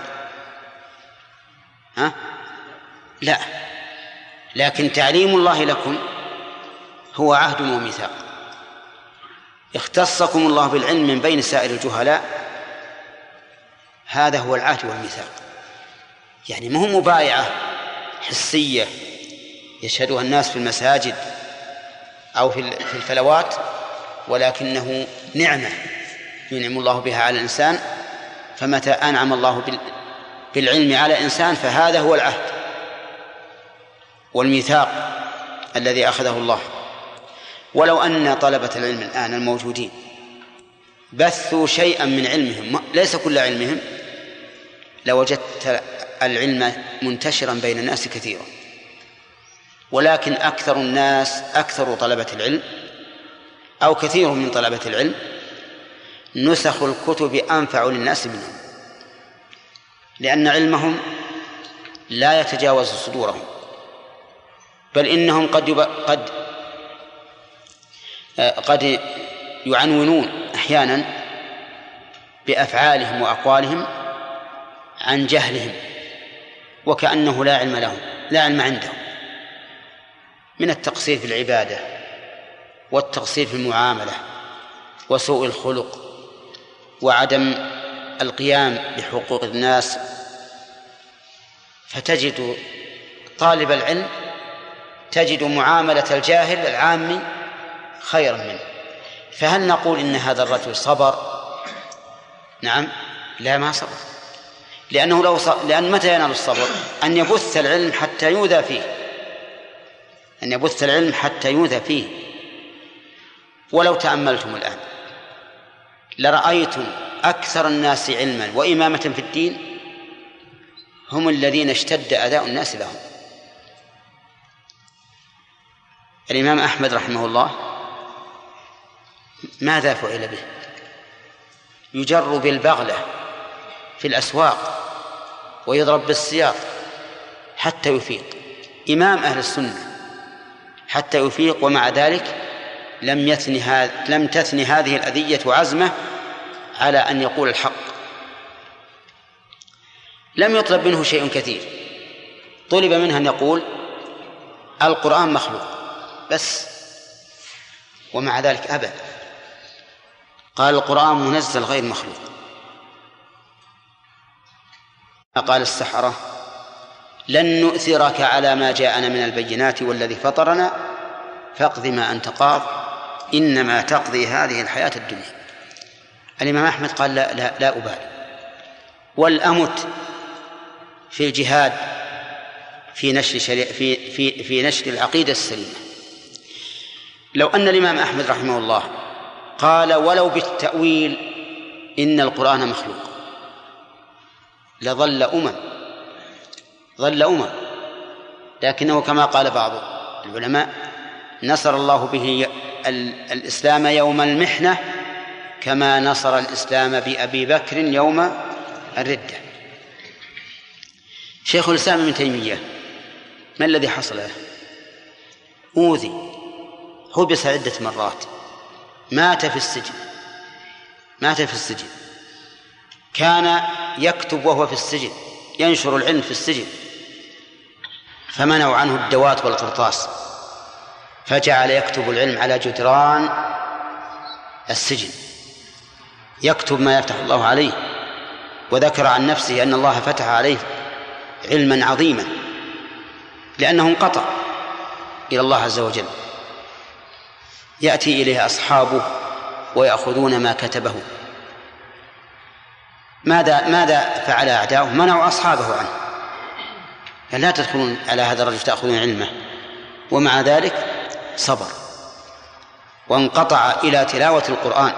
Speaker 1: لا، لكن تعليم الله لكم هو عهد وميثاق. اختصكم الله بالعلم من بين سائر الجهلاء، هذا هو العهد والميثاق. يعني ما هو مبايعة حسية يشهدها الناس في المساجد أو في الفلوات، ولكنه نعمة ينعم الله بها على الإنسان. فمتى أنعم الله بالعلم على إنسان فهذا هو العهد والميثاق الذي أخذه الله. ولو أن طلبة العلم الآن الموجودين بثوا شيئا من علمهم، ليس كل علمهم، لوجدت العلم منتشرا بين الناس كثيرا. ولكن أكثر الناس، أكثر طلبة العلم أو كثير من طلبة العلم نسخ الكتب أنفع للناس منهم، لأن علمهم لا يتجاوز صدورهم، بل إنهم قد يعنونون أحيانا بأفعالهم وأقوالهم عن جهلهم، وكأنه لا علم لهم، لا علم عندهم، من التقصير في العبادة والتقصير في المعاملة وسوء الخلق وعدم القيام بحقوق الناس. فتجد طالب العلم تجد معاملة الجاهل العامي خيرا منه. فهل نقول إن هذا الرجل صبر؟ نعم، لا، ما صبر، لأن متى ينال الصبر؟ أن يبث العلم حتى يؤذى فيه، أن يبث العلم حتى يؤذى فيه. ولو تأملتم الآن لرأيتم أكثر الناس علما وإمامة في الدين هم الذين اشتد أذى الناس لهم. الإمام أحمد رحمه الله ماذا فعل به؟ يجر بالبغلة في الأسواق ويضرب بالسياط حتى يفيق، إمام أهل السنة حتى يفيق، ومع ذلك لم تثني هذه الأذية عزمه على أن يقول الحق. لم يطلب منه شيء كثير، طلب منه أن يقول القرآن مخلوق بس، ومع ذلك أبى، قال القرآن منزل غير مخلوق. قال السحرة لن نؤثرك على ما جاءنا من البينات والذي فطرنا فاقض ما أنت قاض إنما تقضي هذه الحياة الدنيا. الإمام أحمد قال لا أبالي، والأمت في الجهاد في نشر العقيدة السليمة. لو أن الإمام أحمد رحمه الله قال ولو بالتأويل إن القرآن مخلوق لظل أمم، لكنه كما قال بعض العلماء نصر الله به الإسلام يوم المحنة كما نصر الإسلام بأبي بكر يوم الردة. شيخ الإسلام ابن تيمية ما الذي حصل له؟ أوذي، حبس عدة مرات، مات في السجن. كان يكتب وهو في السجن، ينشر العلم في السجن، فمنعوا عنه الدوات والقرطاس، فجعل يكتب العلم على جدران السجن، يكتب ما يفتح الله عليه. وذكر عن نفسه أن الله فتح عليه علما عظيما لأنه انقطع إلى الله عز وجل. يأتي إليه أصحابه ويأخذون ما كتبه. ماذا فعل أعداؤه؟ منعوا أصحابه عنه، يعني لا تدخلون على هذا الرجل تأخذون علمه، ومع ذلك صبر وانقطع إلى تلاوة القرآن،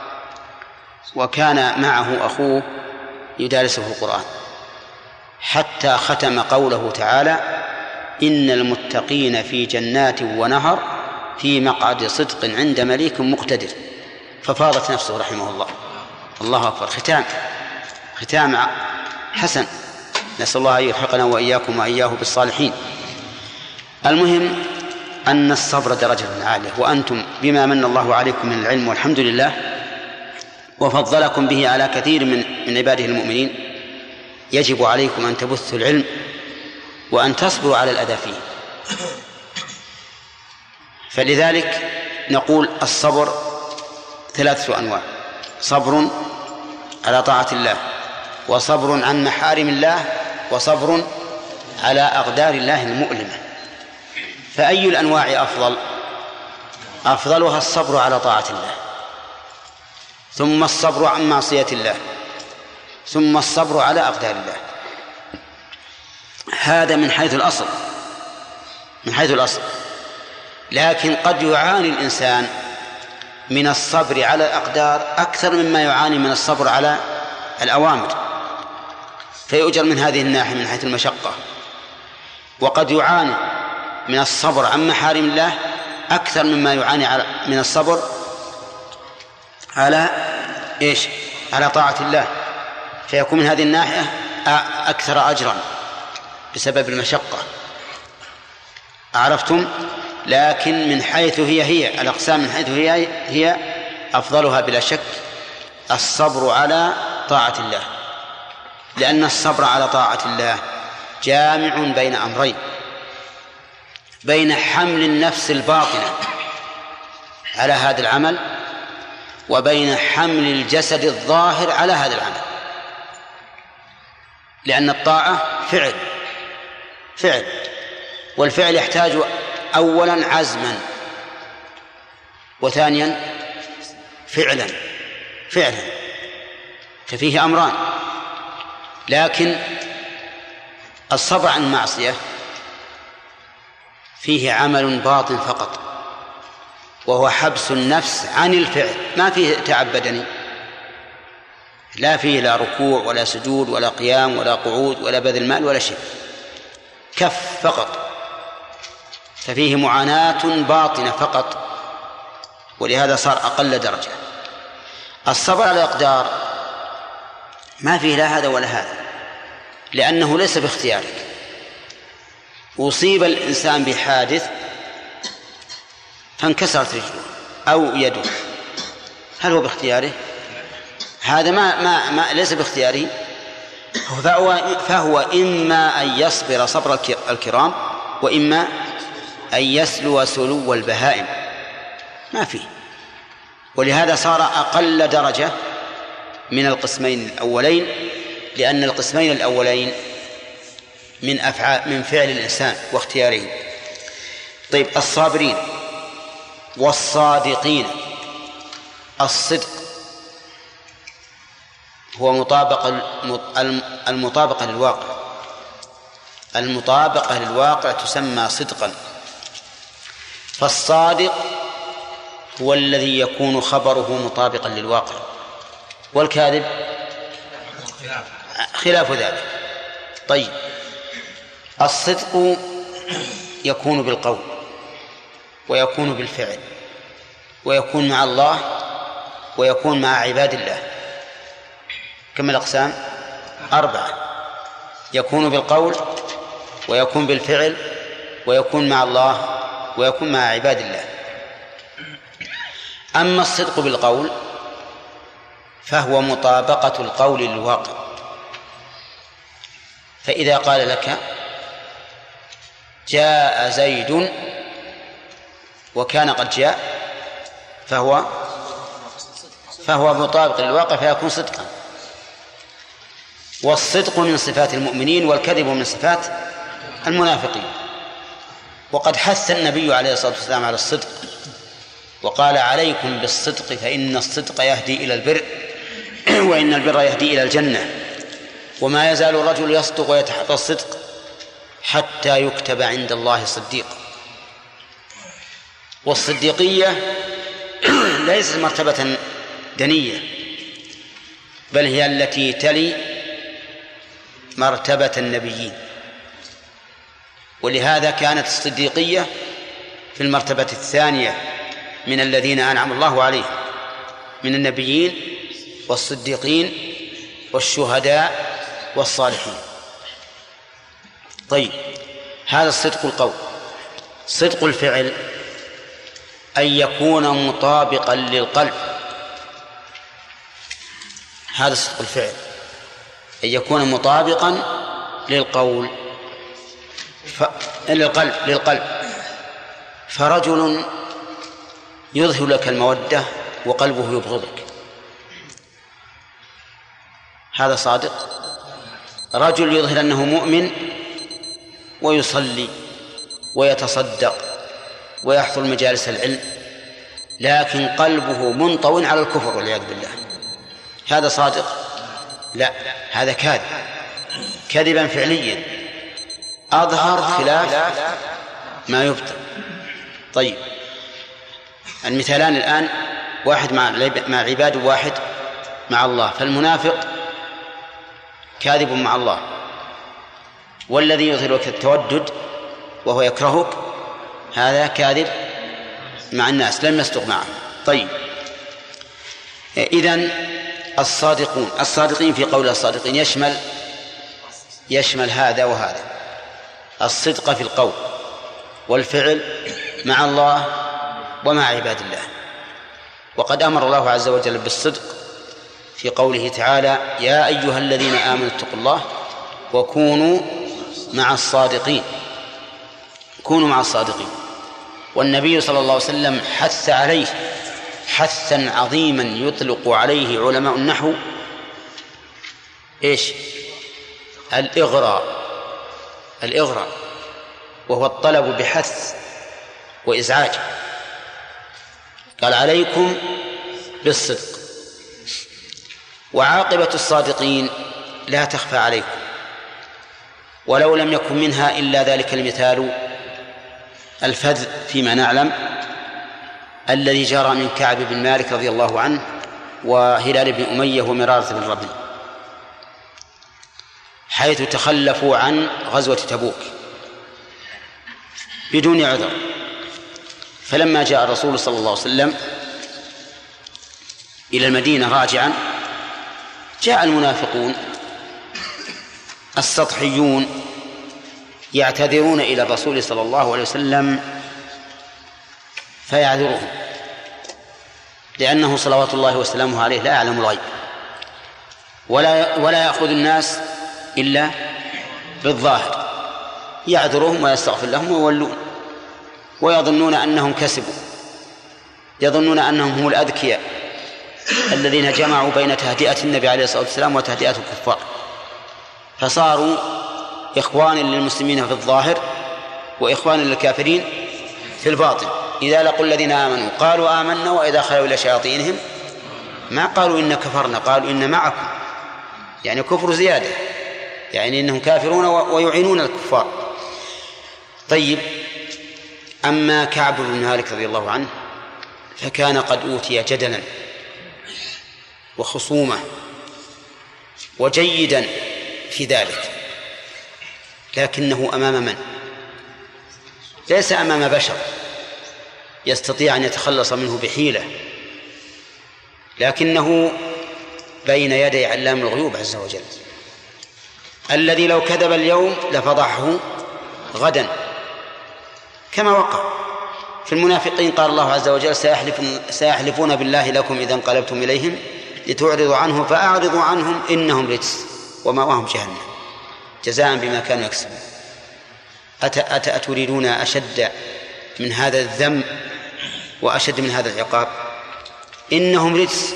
Speaker 1: وكان معه أخوه يدارسه القرآن حتى ختم قوله تعالى إن المتقين في جنات ونهر في مقعد صدق عند مليك مقتدر، ففاضت نفسه رحمه الله. الله أكبر، ختام حسن، نسأل الله أن يلحقنا وإياكم وإياه بالصالحين. المهم أن الصبر درجة عالية، وأنتم بما من الله عليكم من العلم والحمد لله وفضلكم به على كثير من عباده المؤمنين، يجب عليكم أن تبثوا العلم وأن تصبروا على الأذى فيه. فلذلك نقول الصبر 3 أنواع: صبر على طاعة الله، وصبر عن محارم الله، وصبر على أقدار الله المؤلمة. فأي الأنواع أفضل؟ أفضلها الصبر على طاعة الله، ثم الصبر عن معصية الله، ثم الصبر على أقدار الله. هذا من حيث الأصل. لكن قد يعاني الإنسان من الصبر على الأقدار أكثر مما يعاني من الصبر على الأوامر، فيؤجر من هذه الناحية من حيث المشقة. وقد يعاني من الصبر عن محارم الله أكثر مما يعاني من الصبر على على طاعة الله، فيكون من هذه الناحية أكثر أجرا بسبب المشقة. عرفتم؟ لكن من حيث هي الأقسام، من حيث هي أفضلها بلا شك الصبر على طاعة الله، لأن الصبر على طاعة الله جامع بين أمرين: بين حمل النفس الباطنة على هذا العمل، وبين حمل الجسد الظاهر على هذا العمل. لأن الطاعة فعل، والفعل يحتاج أولا عزما، وثانيا فعلا، ففيه أمران. لكن الصبر عن المعصية فيه عمل باطن فقط، وهو حبس النفس عن الفعل، ما فيه تعب بدني، لا فيه لا ركوع ولا سجود ولا قيام ولا قعود ولا بذل مال ولا شيء، كف فقط، ففيه معاناة باطنة فقط، ولهذا صار أقل درجة. الصبر على الأقدار ما فيه لا هذا ولا هذا، لأنه ليس باختيارك. أصيب الإنسان بحادث فانكسرت رجله أو يده، هل هو باختياره؟ هذا ما ليس باختياره، فهو إما أن يصبر صبر الكرام، وإما أن يسلو سلو البهائم، ما فيه. ولهذا صار أقل درجة من القسمين الأولين، لأن القسمين الأولين من فعل الإنسان واختياره. طيب، الصابرين والصادقين. الصدق هو المطابقة للواقع. المطابقة للواقع تسمى صدقا. فالصادق هو الذي يكون خبره مطابقا للواقع، والكاذب خلاف ذلك. طيب، الصدق يكون بالقول ويكون بالفعل ويكون مع الله ويكون مع عباد الله. كم الأقسام؟ 4. يكون بالقول ويكون بالفعل ويكون مع الله ويكون مع عباد الله. أما الصدق بالقول فهو مطابقة القول للواقع. فإذا قال لك جاء زيد وكان قد جاء فهو مطابق للواقع فيكون صدقا. والصدق من صفات المؤمنين والكذب من صفات المنافقين. وقد حث النبي عليه الصلاة والسلام على الصدق وقال عليكم بالصدق فإن الصدق يهدي إلى البر وإن البر يهدي إلى الجنة وما يزال الرجل يصدق ويتحرى الصدق حتى يكتب عند الله صديقا. والصديقية ليست مرتبة دنية، بل هي التي تلي مرتبة النبيين، ولهذا كانت الصديقية في المرتبة الثانية من الذين أنعم الله عليهم من النبيين والصديقين والشهداء والصالحين. طيب، هذا الصدق القول. صدق الفعل أن يكون مطابقا للقلب. هذا صدق الفعل أن يكون مطابقا للقول للقلب. فرجل يظهر لك المودة وقلبه يبغضك، هذا صادق. رجل يظهر أنه مؤمن ويصلي ويتصدق ويحضر مجالس العلم لكن قلبه منطوٍ على الكفر والعياذ بالله، هذا صادق؟ لا، هذا كاذب، كذبا فعليا أظهر خلاف ما يبطن. طيب، المثالان الآن، واحد مع العباد وواحد مع الله. فالمنافق كاذب مع الله، والذي يظهرك التودد وهو يكرهك هذا كاذب مع الناس، لم يصدق معهم. طيب، إذن الصادقين في قول الصادقين يشمل هذا وهذا، الصدق في القول والفعل مع الله ومع عباد الله. وقد أمر الله عز وجل بالصدق في قوله تعالى يا أيها الذين آمنوا اتقوا الله وكونوا مع الصادقين. كونوا مع الصادقين. والنبي صلى الله عليه وسلم حث عليه حثا عظيما يطلق عليه علماء النحو إيش؟ الإغراء، وهو الطلب بحث وإزعاج. قال عليكم بالصدق. وعاقبة الصادقين لا تخفى عليكم، ولو لم يكن منها إلا ذلك المثال الفذ فيما نعلم الذي جرى من كعب بن مالك رضي الله عنه وهلال بن أمية ومرارة بن ربيع، حيث تخلفوا عن غزوة تبوك بدون عذر. فلما جاء الرسول صلى الله عليه وسلم إلى المدينة راجعا، جاء المنافقون السطحيون يعتذرون إلى الرسول صلى الله عليه وسلم فيعذرهم، لأنه صلوات الله وسلامه عليه لا يعلم الغيب ولا يأخذ الناس إلا بالظاهر، يعذرهم ويستغفر لهم ويولون، ويظنون أنهم كسبوا، يظنون أنهم هم الأذكياء الذين جمعوا بين تهدئة النبي عليه الصلاة والسلام وتهدئة الكفار، فصاروا إخوان للمسلمين في الظاهر وإخوان للكافرين في الباطن. إذا لقوا الذين آمنوا قالوا آمنا وإذا خلوا إلى شياطينهم ما قالوا إن كفرنا، قالوا إن معكم، يعني كفر زيادة، يعني إنهم كافرون ويعينون الكفار. طيب، أما كعب بن مالك رضي الله عنه فكان قد أوتي جدلا وخصومة وجيدا في ذلك، لكنه أمام من؟ ليس أمام بشر يستطيع أن يتخلص منه بحيلة، لكنه بين يدي علام الغيوب عز وجل، الذي لو كذب اليوم لفضحه غدا، كما وقع في المنافقين. قال الله عز وجل: سيحلفون بالله لكم إذا انقلبتم إليهم لتعرضوا عنه فأعرضوا عنهم إنهم رجس ومأواهم جهنم جزاء بما كانوا يكسبون. أتريدون أشد من هذا الذم وأشد من هذا العقاب؟ إنهم رجس،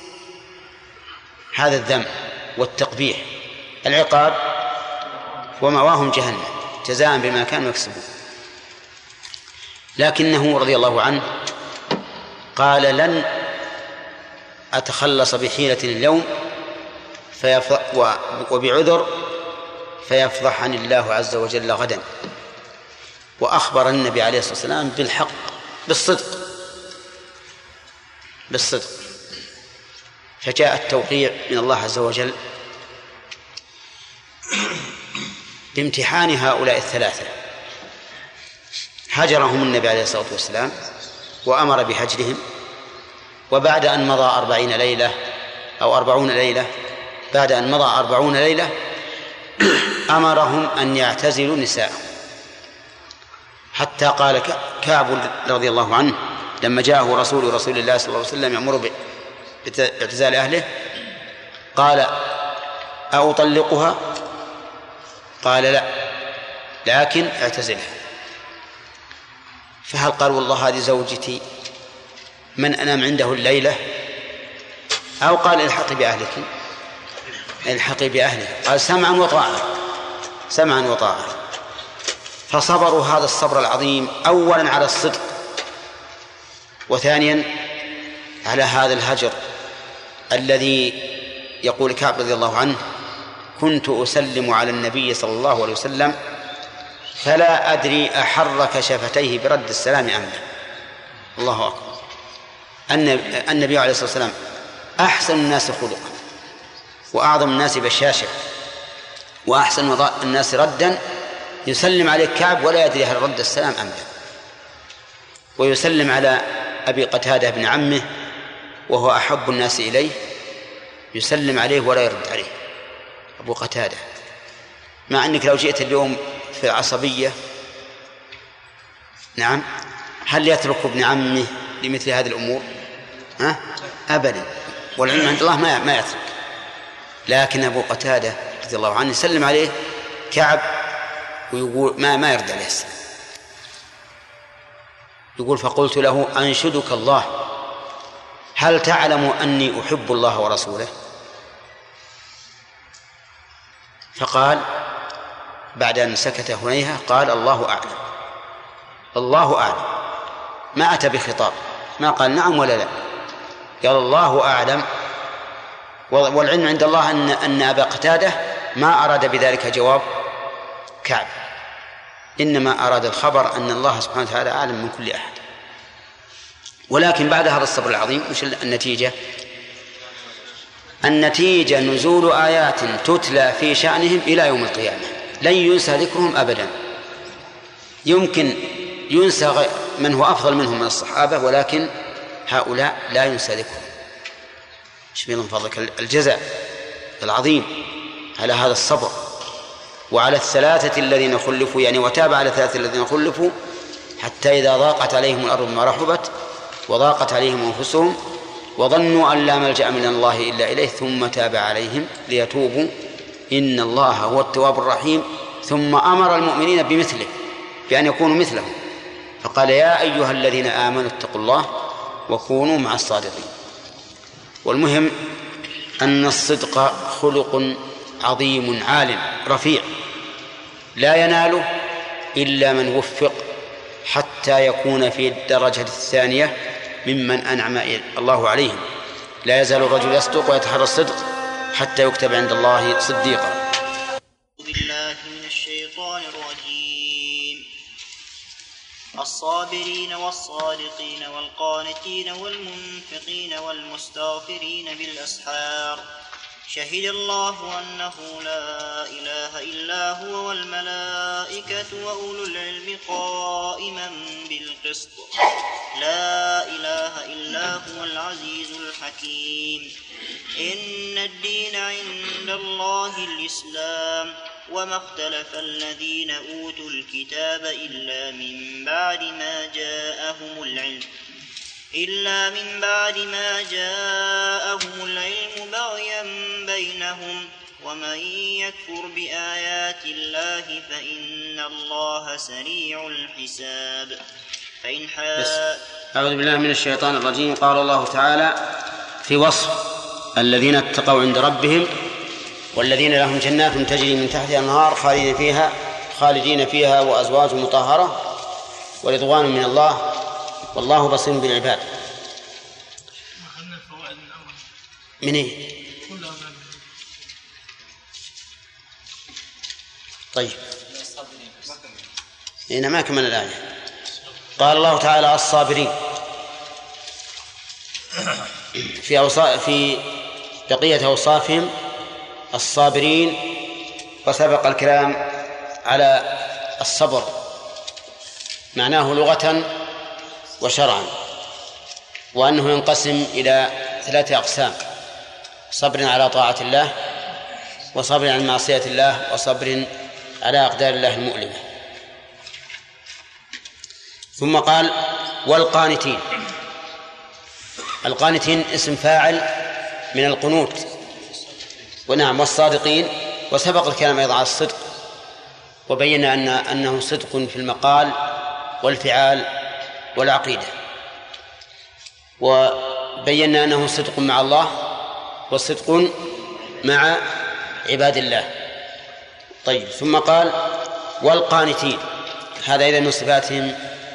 Speaker 1: هذا الذم والتقبيح، العقاب ومأواهم جهنم جزاء بما كانوا يكسبون. لكنه رضي الله عنه قال: لن أتخلص بحيلة اليوم وبعذر فيفضحني الله عز وجل غدا. وأخبر النبي عليه الصلاة والسلام بالحق، بالصدق. فجاء التوقيع من الله عز وجل بامتحان هؤلاء الثلاثة. هجرهم النبي عليه الصلاة والسلام وأمر بهجرهم، وبعد أن مضى 40 ليلة أو 40 ليلة، بعد أن مضى 40 ليلة أمرهم أن يعتزلوا نساءهم، حتى قال كعب رضي الله عنه لما جاءه رسول الله صلى الله عليه وسلم يأمر باعتزال أهله قال: أطلقها؟ قال: لا، لكن اعتزلها. فهل قال: والله هذه زوجتي من أنام عنده الليلة؟ أو قال: الحقي بأهلك، الحقي بأهلك. قال: سمعا وطاعة. فصبروا هذا الصبر العظيم، أولا على الصدق، وثانيا على هذا الهجر الذي يقول كعب رضي الله عنه: كنت أسلم على النبي صلى الله عليه وسلم فلا أدري أحرك شفتيه برد السلام أم لا. الله أكبر. النبي عليه الصلاة والسلام أحسن الناس خلقا وأعظم الناس بشاشة وأحسن الناس ردا، يسلم عليه كعب ولا يدري هل رد السلام أم لا. ويسلم على أبي قتادة بن عمه وهو أحب الناس إليه، يسلم عليه ولا يرد عليه أبو قتادة، مع أنك لو جئت اليوم في عصبية، نعم، هل يترك ابن عمه لمثل هذه الأمور؟ أبدا، والعلم عند الله ما يترك. لكن أبو قتادة رضي الله عنه يسلم عليه كعب ويقول ما يرد عليه السلام. يقول: فقلت له: أنشدك الله، هل تعلم أني أحب الله ورسوله؟ فقال بعد أن سكت هنيهة قال: الله أعلم، الله أعلم. ما أتى بخطاب، ما قال نعم ولا لا، قال الله أعلم. والعلم عند الله أن أبا قتادة ما أراد بذلك جواب كعب، إنما أراد الخبر أن الله سبحانه وتعالى أعلم من كل أحد. ولكن بعد هذا الصبر العظيم مش النتيجة؟ النتيجة نزول آيات تتلى في شأنهم إلى يوم القيامة، لن ينسى ذكرهم أبدا. يمكن ينسى من هو أفضل منهم من الصحابة، ولكن هؤلاء لا ينسى ذكرهم. شبه من فضلك الجزاء العظيم على هذا الصبر، وعلى الثلاثة الذين خلفوا، يعني وتاب على الثلاثة الذين خلفوا حتى إذا ضاقت عليهم الأرض بما رحبت وضاقت عليهم أنفسهم وظنوا أن لا ملجأ من الله إلا إليه ثم تاب عليهم ليتوبوا إن الله هو التواب الرحيم. ثم أمر المؤمنين بمثله، بأن يكونوا مثله، فقال: يا أيها الذين آمنوا اتقوا الله وكونوا مع الصادقين. والمهم أن الصدق خلق عظيم عال رفيع لا يناله إلا من وفق حتى يكون في الدرجة الثانية ممن أنعم الله عليهم. لا يزال الرجل يصدق ويتحرى الصدق حتى يكتب عند الله صديقا.
Speaker 10: بالله من الشيطان الرجيم. الصابرين والصادقين والقانتين والمنفقين والمستغفرين بالأسحار شهد الله أنه لا إله إلا هو والملائكة وأولو العلم قائما بالقسط لا إله إلا هو العزيز الحكيم. إن الدين عند الله الإسلام وما اختلف الذين أوتوا الكتاب إلا من بعد ما جاءهم العلم بغيا بينهم ومن يكفر بآيات الله فإن الله سريع الحساب.
Speaker 1: أعوذ بالله من الشيطان الرجيم. قال الله تعالى في وصف الذين اتقوا عند ربهم والذين لهم جنات تجري من تحتها الأنهار خالدين فيها وأزواج مطهرة ورضوان من الله والله بصير بالعباد. من ايه؟ طيب هنا ما كمل الآية. قال الله تعالى الصابرين في بقية أوصافهم الصابرين، وسبق الكلام على الصبر معناه لغة وشرعا، وأنه ينقسم إلى 3 أقسام: صبر على طاعة الله، وصبر عن معصية الله، وصبر على أقدار الله المؤلمة. ثم قال والقانتين. القانتين اسم فاعل من القنوت، ونعم والصادقين. وسبق الكلام أيضا على الصدق، وبينا أنه صدق في المقال والفعال والعقيدة، وبينا أنه صدق مع الله وصدق مع عباد الله. طيب ثم قال والقانتين، هذا إذن من صفاتهم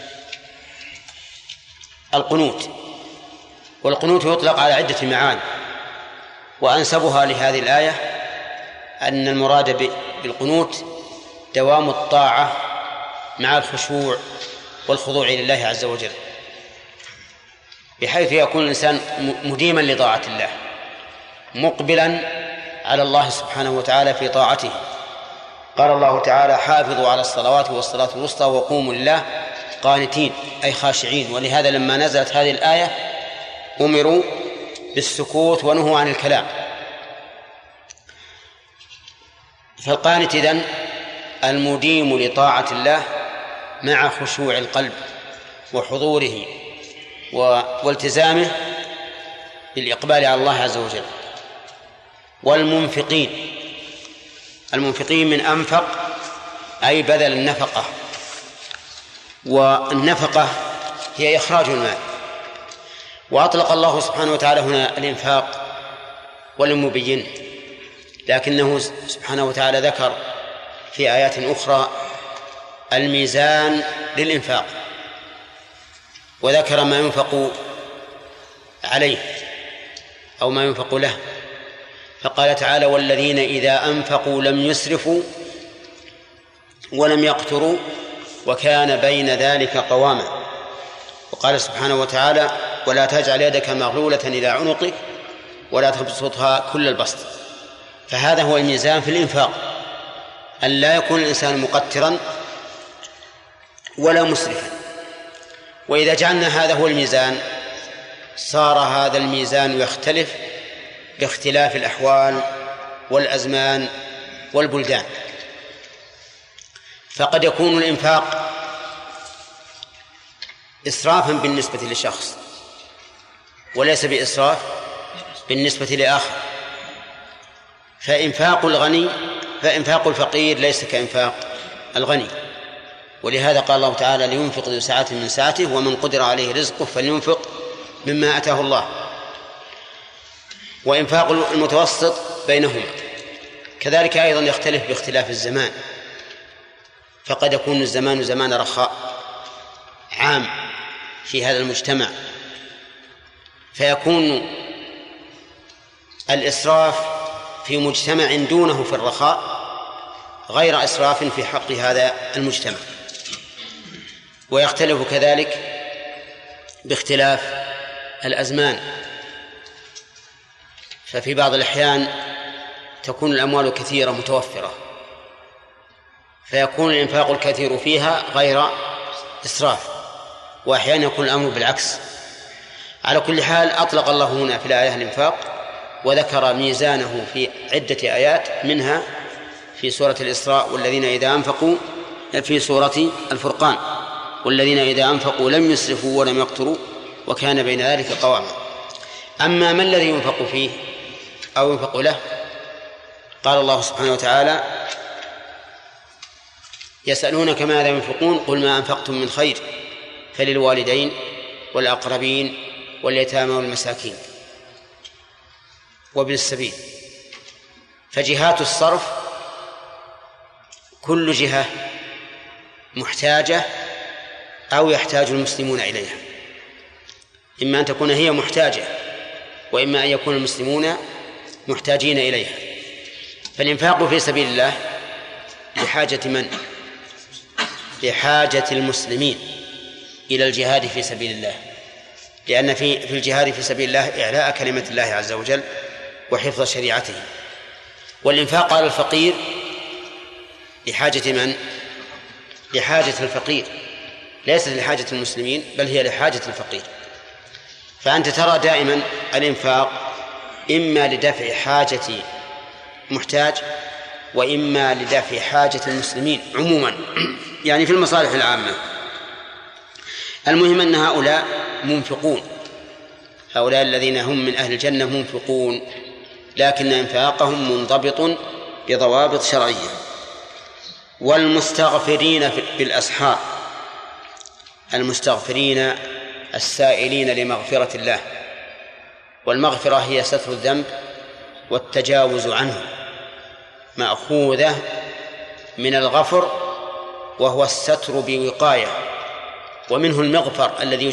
Speaker 1: القنوت. والقنوت يطلق على عدة معاني، وأنسبها لهذه الآية أن المراد بالقنوت دوام الطاعة مع الخشوع والخضوع لله عز وجل، بحيث يكون الإنسان مديما لطاعة الله، مقبلا على الله سبحانه وتعالى في طاعته. قال الله تعالى حافظوا على الصلوات والصلاة الوسطى وقوموا لله قانتين، أي خاشعين. ولهذا لما نزلت هذه الآية أمروا بالسكوت ونهوا عن الكلام. فالقانت إذن المديم لطاعة الله مع خشوع القلب وحضوره والتزامه بالإقبال على الله عز وجل. والمنفقين، المنفقين من أنفق أي بذل النفقة، والنفقة هي إخراج المال. وأطلق الله سبحانه وتعالى هنا الإنفاق ولم يبينه، لكنه سبحانه وتعالى ذكر في آيات أخرى الميزان للإنفاق، وذكر ما ينفق عليه أو ما ينفق له، فقال تعالى والذين إذا أنفقوا لم يسرفوا ولم يقتروا وكان بين ذلك قواما. وقال سبحانه وتعالى ولا تجعل يدك مغلولة إلى عنقك ولا تبسطها كل البسط. فهذا هو الميزان في الإنفاق، أن لا يكون الإنسان مقترا ولا مسرفا. وإذا جعلنا هذا هو الميزان صار هذا الميزان يختلف باختلاف الأحوال والأزمان والبلدان. فقد يكون الإنفاق إسرافا بالنسبة لشخص وليس بإسراف بالنسبة لآخر. فإنفاق الفقير ليس كإنفاق الغني. ولهذا قال الله تعالى لينفق ذو سعة من سعته ومن قدر عليه رزقه فلينفق مما أتاه الله. وإنفاق المتوسط بينهما كذلك أيضا يختلف باختلاف الزمان. فقد يكون الزمان زمان رخاء عام في هذا المجتمع، فيكون الإسراف في مجتمع دونه في الرخاء غير إسراف في حق هذا المجتمع. ويختلف كذلك باختلاف الأزمان، ففي بعض الأحيان تكون الأموال كثيرة متوفرة فيكون الإنفاق الكثير فيها غير إسراف، وأحيانا يكون الأمر بالعكس. على كل حال أطلق الله هنا في الآية الإنفاق، وذكر ميزانه في عدة آيات، منها في سورة الإسراء والذين إذا أنفقوا، في سورة الفرقان والذين إذا أنفقوا لم يسرفوا ولم يقتروا وكان بين ذلك قواما. أما ما الذي ينفق فيه أو ينفق له، قال الله سبحانه وتعالى: يسألونك ماذا ينفقون قل ما أنفقتم من خير فللوالدين والأقربين واليتامى والمساكين وابن السبيل. فجهات الصرف كل جهة محتاجة أو يحتاج المسلمون إليها، إما أن تكون هي محتاجة وإما أن يكون المسلمون محتاجين إليها. فالإنفاق في سبيل الله بحاجة من؟ بحاجة المسلمين إلى الجهاد في سبيل الله، لأن في الجهاد في سبيل الله إعلاء كلمة الله عز وجل وحفظ شريعته. والإنفاق على الفقير لحاجة من؟ لحاجة الفقير، ليست لحاجة المسلمين بل هي لحاجة الفقير. فأنت ترى دائما الإنفاق إما لدفع حاجة محتاج وإما لدفع حاجة المسلمين عموما، يعني في المصالح العامة. المهم أن هؤلاء منفقون، هؤلاء الذين هم من أهل الجنة منفقون، لكن إنفاقهم منضبط بضوابط شرعية. والمستغفرين بالأسحار، المستغفرين السائلين لمغفرة الله، والمغفرة هي ستر الذنب والتجاوز عنه، مأخوذة من الغفر وهو الستر بوقاية، ومنه المغفر الذي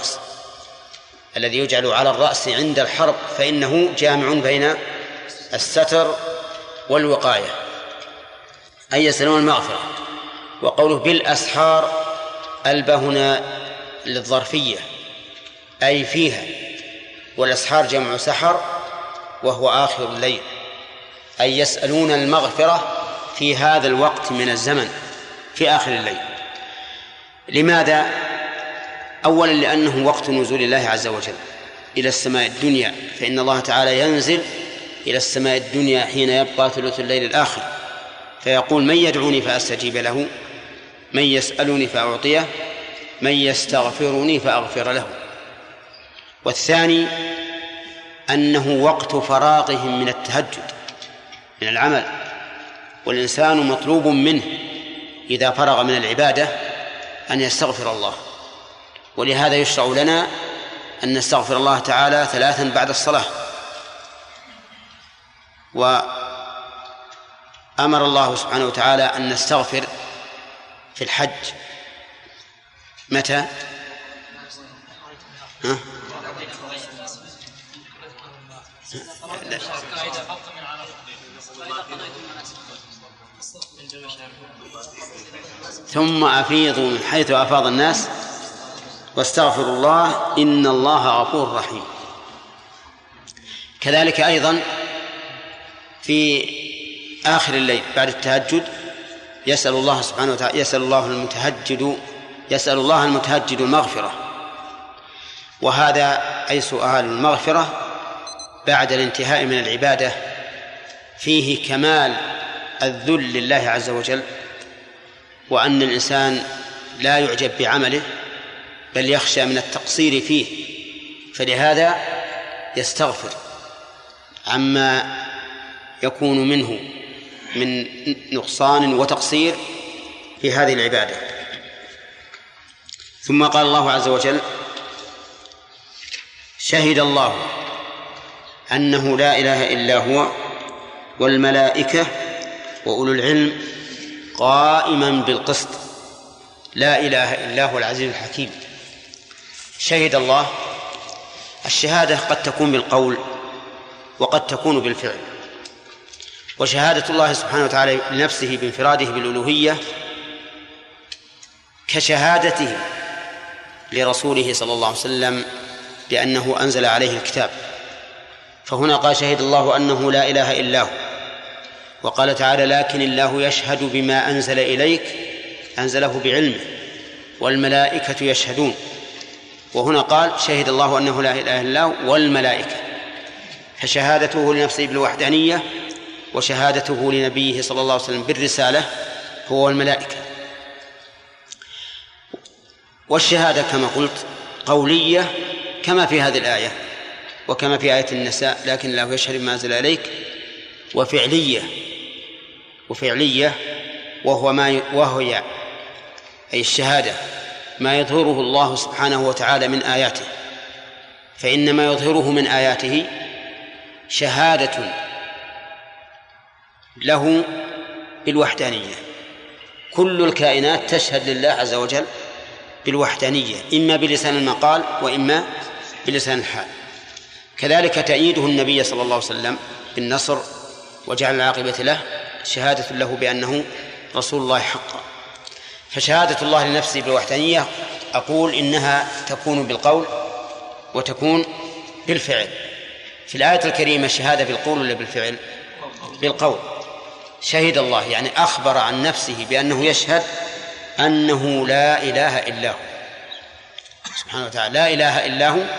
Speaker 1: يجعل على الرأس عند الحرب، فإنه جامع بين الستر والوقاية، أي يسألون المغفرة. وقوله بالأسحار ألبى هنا للظرفية أي فيها، والأسحار جمع سحر وهو آخر الليل، أي يسألون المغفرة في هذا الوقت من الزمن في آخر الليل. لماذا؟ أولا لأنه وقت نزول الله عز وجل إلى السماء الدنيا، فإن الله تعالى ينزل إلى السماء الدنيا حين يبقى ثلث الليل الآخر، فيقول: من يدعوني فأستجيب له، من يسألني فأعطيه، من يستغفرني فأغفر له. والثاني أنه وقت فراغهم من التهجد من العمل، والإنسان مطلوب منه إذا فرغ من العبادة أن يستغفر الله، ولهذا يشرع لنا أن نستغفر الله تعالى 3 بعد الصلاة. وأمر الله سبحانه وتعالى أن نستغفر في الحج متى؟ ثم أفيضوا من حيث أفاض الناس واستغفروا الله إن الله غفور رحيم. كذلك أيضا في آخر الليل بعد التهجد يسأل الله سبحانه وتعالى، يسأل الله المتهجد المغفرة، وهذا أي سؤال المغفرة بعد الانتهاء من العبادة فيه كمال الذل لله عز وجل، وأن الإنسان لا يعجب بعمله بل يخشى من التقصير فيه، فلهذا يستغفر عما يكون منه من نقصان وتقصير في هذه العبادة. ثم قال الله عز وجل: شهد الله أنه لا إله إلا هو والملائكة وأولو العلم قائما بالقسط لا إله إلا هو العزيز الحكيم. شهد الله. الشهادة قد تكون بالقول وقد تكون بالفعل، وشهادة الله سبحانه وتعالى لنفسه بانفراده بالألوهية كشهادته لرسوله صلى الله عليه وسلم بأنه أنزل عليه الكتاب، فهنا قال شهد الله أنه لا إله إلا هو، وقال تعالى لكن الله يشهد بما أنزل إليك أنزله بعلمه والملائكة يشهدون، وهنا قال شهد الله أنه لا إله إلا هو والملائكة، فشهادته لنفسه بالوحدانية وشهادته لنبيه صلى الله عليه وسلم بالرسالة هو الملائكة. والشهادة كما قلت قولية كما في هذه الآية وكما في آية النساء لكن الله يشهد بما أنزل إليك، وفعلية وهي أي الشهادة ما يظهره الله سبحانه وتعالى من آياته، فإن ما يظهره من آياته شهادة له بالوحدانية. كل الكائنات تشهد لله عز وجل بالوحدانية إما بلسان المقال وإما بلسان الحال. كذلك تأييده النبي صلى الله عليه وسلم بالنصر وجعل العاقبة له شهادة له بأنه رسول الله حقا. فشهادة الله لنفسه بالوحدانية أقول إنها تكون بالقول وتكون بالفعل. في الآية الكريمة الشهادة بالقول ولا بالفعل؟ بالقول. شهد الله يعني أخبر عن نفسه بأنه يشهد أنه لا إله إلا هو سبحانه وتعالى، لا إله إلا هو.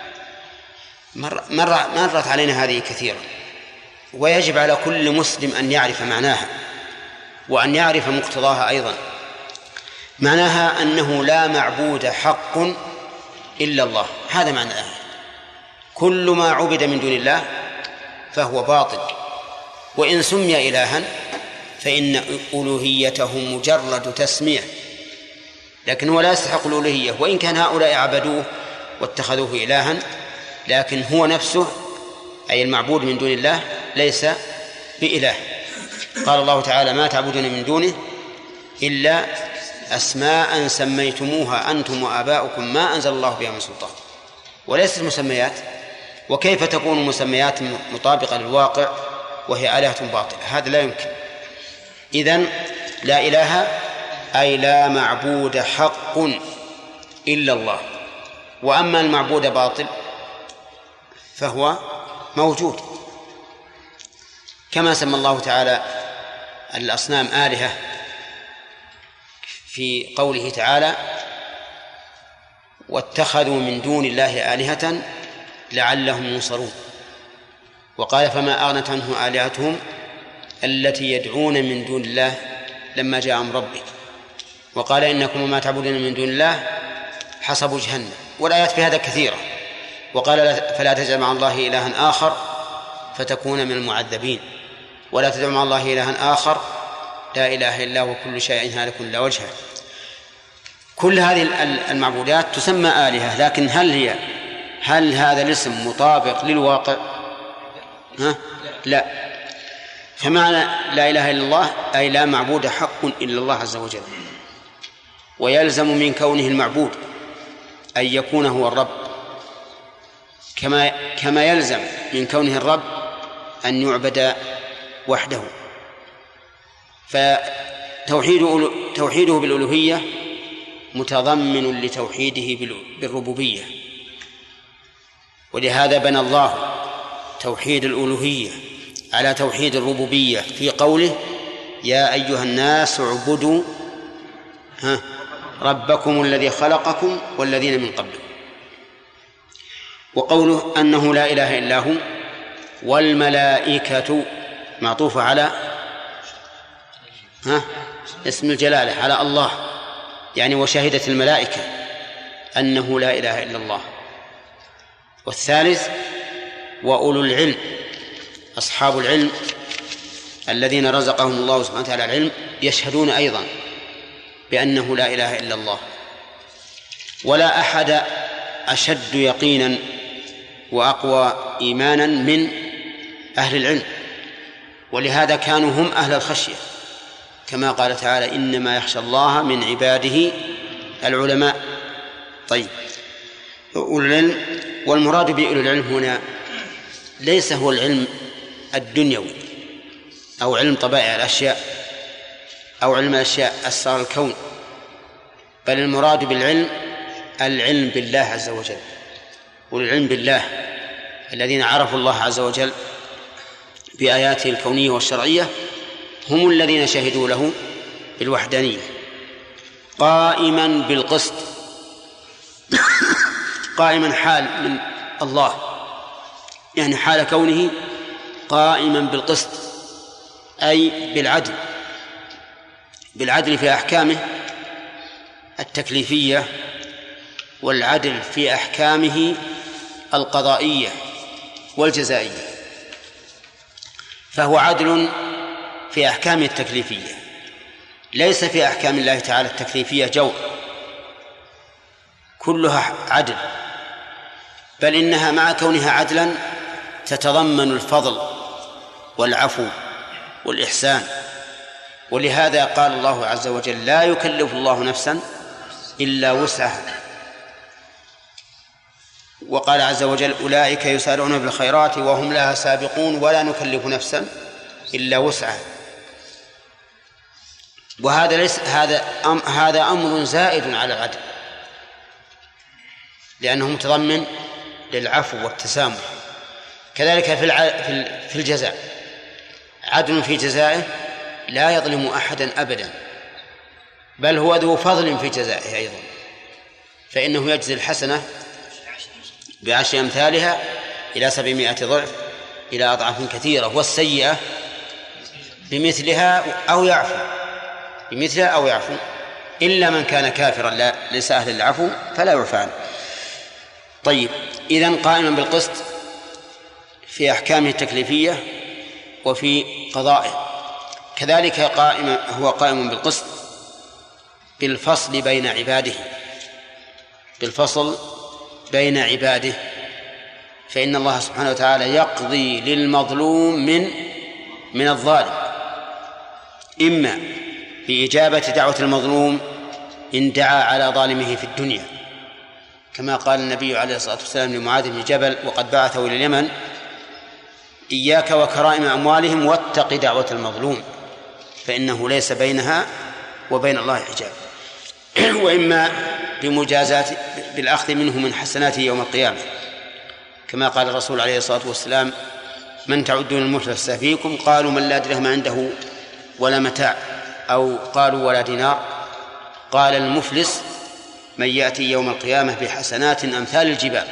Speaker 1: مرت علينا هذه كثيرا، ويجب على كل مسلم أن يعرف معناها وأن يعرف مقتضاها أيضا. معناها أنه لا معبود حق إلا الله، هذا معناها. كل ما عبد من دون الله فهو باطل، وإن سمي إلها فإن ألوهيته مجرد تسمية، لكن هو لا يستحق الألوهية، وإن كان هؤلاء عبدوه واتخذوه إلها، لكن هو نفسه أي المعبود من دون الله ليس بإله. قال الله تعالى ما تعبدون من دونه إلا أسماء سميتموها أنتم وآباؤكم ما أنزل الله بها من سلطان، وليست مسميات. وكيف تكون مسميات مطابقة للواقع وهي آلهة باطلة؟ هذا لا يمكن. إذن لا إله أي لا معبود حق إلا الله، وأما المعبود باطل فهو موجود، كما سمى الله تعالى الأصنام آلهة في قوله تعالى واتخذوا من دون الله آلهة لعلهم ينصرون، وقال فما أغنت عنه آلهتهم التي يدعون من دون الله لما جاء أمر ربك، وقال إنكم وما تعبدون من دون الله حسب جهنم، والآيات في هذا كثيرة. وقال فلا تجعل مع الله إلها آخر فتكون من المعذبين، ولا تدع مع الله إلها آخر لا إله إلا هو كل شيء هالك إلا وجهه. كل هذه المعبودات تسمى آلهة، لكن هل هذا الاسم مطابق للواقع؟ لا. فمعنى لا إله إلا الله أي لا معبود حق إلا الله عز وجل، ويلزم من كونه المعبود أن يكون هو الرب، كما يلزم من كونه الرب أن يعبد وحده. فتوحيده بالألوهية متضمن لتوحيده بالربوبية، ولهذا بنى الله توحيد الألوهية على توحيد الربوبية في قوله يا أيها الناس اعبدوا ربكم الذي خلقكم والذين من قبلكم. وقوله أنه لا إله إلا هو والملائكة معطوفة على اسم الجلالة على الله، يعني وشهدت الملائكة أنه لا إله إلا الله. والثالث وأولو العلم أصحاب العلم الذين رزقهم الله سبحانه وتعالى العلم يشهدون أيضا بأنه لا إله إلا الله. ولا أحد أشد يقينا وأقوى إيمانا من أهل العلم، ولهذا كانوا هم أهل الخشية كما قال تعالى إنما يخشى الله من عباده العلماء. طيب، والمراد بأولي العلم هنا ليس هو العلم الدنيوي أو علم طبائع الأشياء أو علم الأشياء أسرار الكون، بل المراد بالعلم العلم بالله عز وجل. والعلم بالله الذين عرفوا الله عز وجل بآياته الكونية والشرعية هم الذين شهدوا له بالوحدانية قائما بالقسط. قائما حال من الله، يعني حال كونه قائما بالقسط، أي بالعدل في أحكامه التكليفية والعدل في أحكامه القضائية والجزائية. فهو عدل في أحكامه التكليفية، ليس في أحكام الله تعالى التكليفية جور، كلها عدل، بل إنها مع كونها عدلا تتضمن الفضل والعفو والإحسان. ولهذا قال الله عز وجل لا يكلف الله نفسا إلا وسعها، وقال عز وجل أولئك يسارعون بالخيرات وهم لها سابقون ولا نكلف نفسا إلا وسعها. وهذا ليس هذا أمر زائد على العدل، لأنه متضمن للعفو والتسامح. كذلك في الجزاء عدل في جزائه لا يظلم أحدا أبدا، بل هو ذو فضل في جزائه أيضا، فإنه يجزي الحسنة بعشر أمثالها إلى 700 ضعف إلى أضعاف كثيرة، والسيئة بمثلها أو يعفو إلا من كان كافرا ليس أهل العفو فلا يعفى عنه. طيب، إذن قائما بالقسط في أحكامه التكليفية وفي قضائه. كذلك هو قائم بالقسط بالفصل بين عباده، فإن الله سبحانه وتعالى يقضي للمظلوم من الظالم، إما بإجابة دعوة المظلوم إن دعا على ظالمه في الدنيا، كما قال النبي عليه الصلاة والسلام لمعاذ بن جبل وقد بعثه إلى اليمن: إياك وكرائم أموالهم واتق دعوة المظلوم فإنه ليس بينها وبين الله حجاب. وإما بمجازات بالأخذ منه من حسناته يوم القيامة، كما قال الرسول عليه الصلاة والسلام: من تعدون المفلس فيكم؟ قالوا من لا درهم عنده ولا متاع، أو قالوا ولا دينار. قال: المفلس من يأتي يوم القيامة بحسنات أمثال الجبال،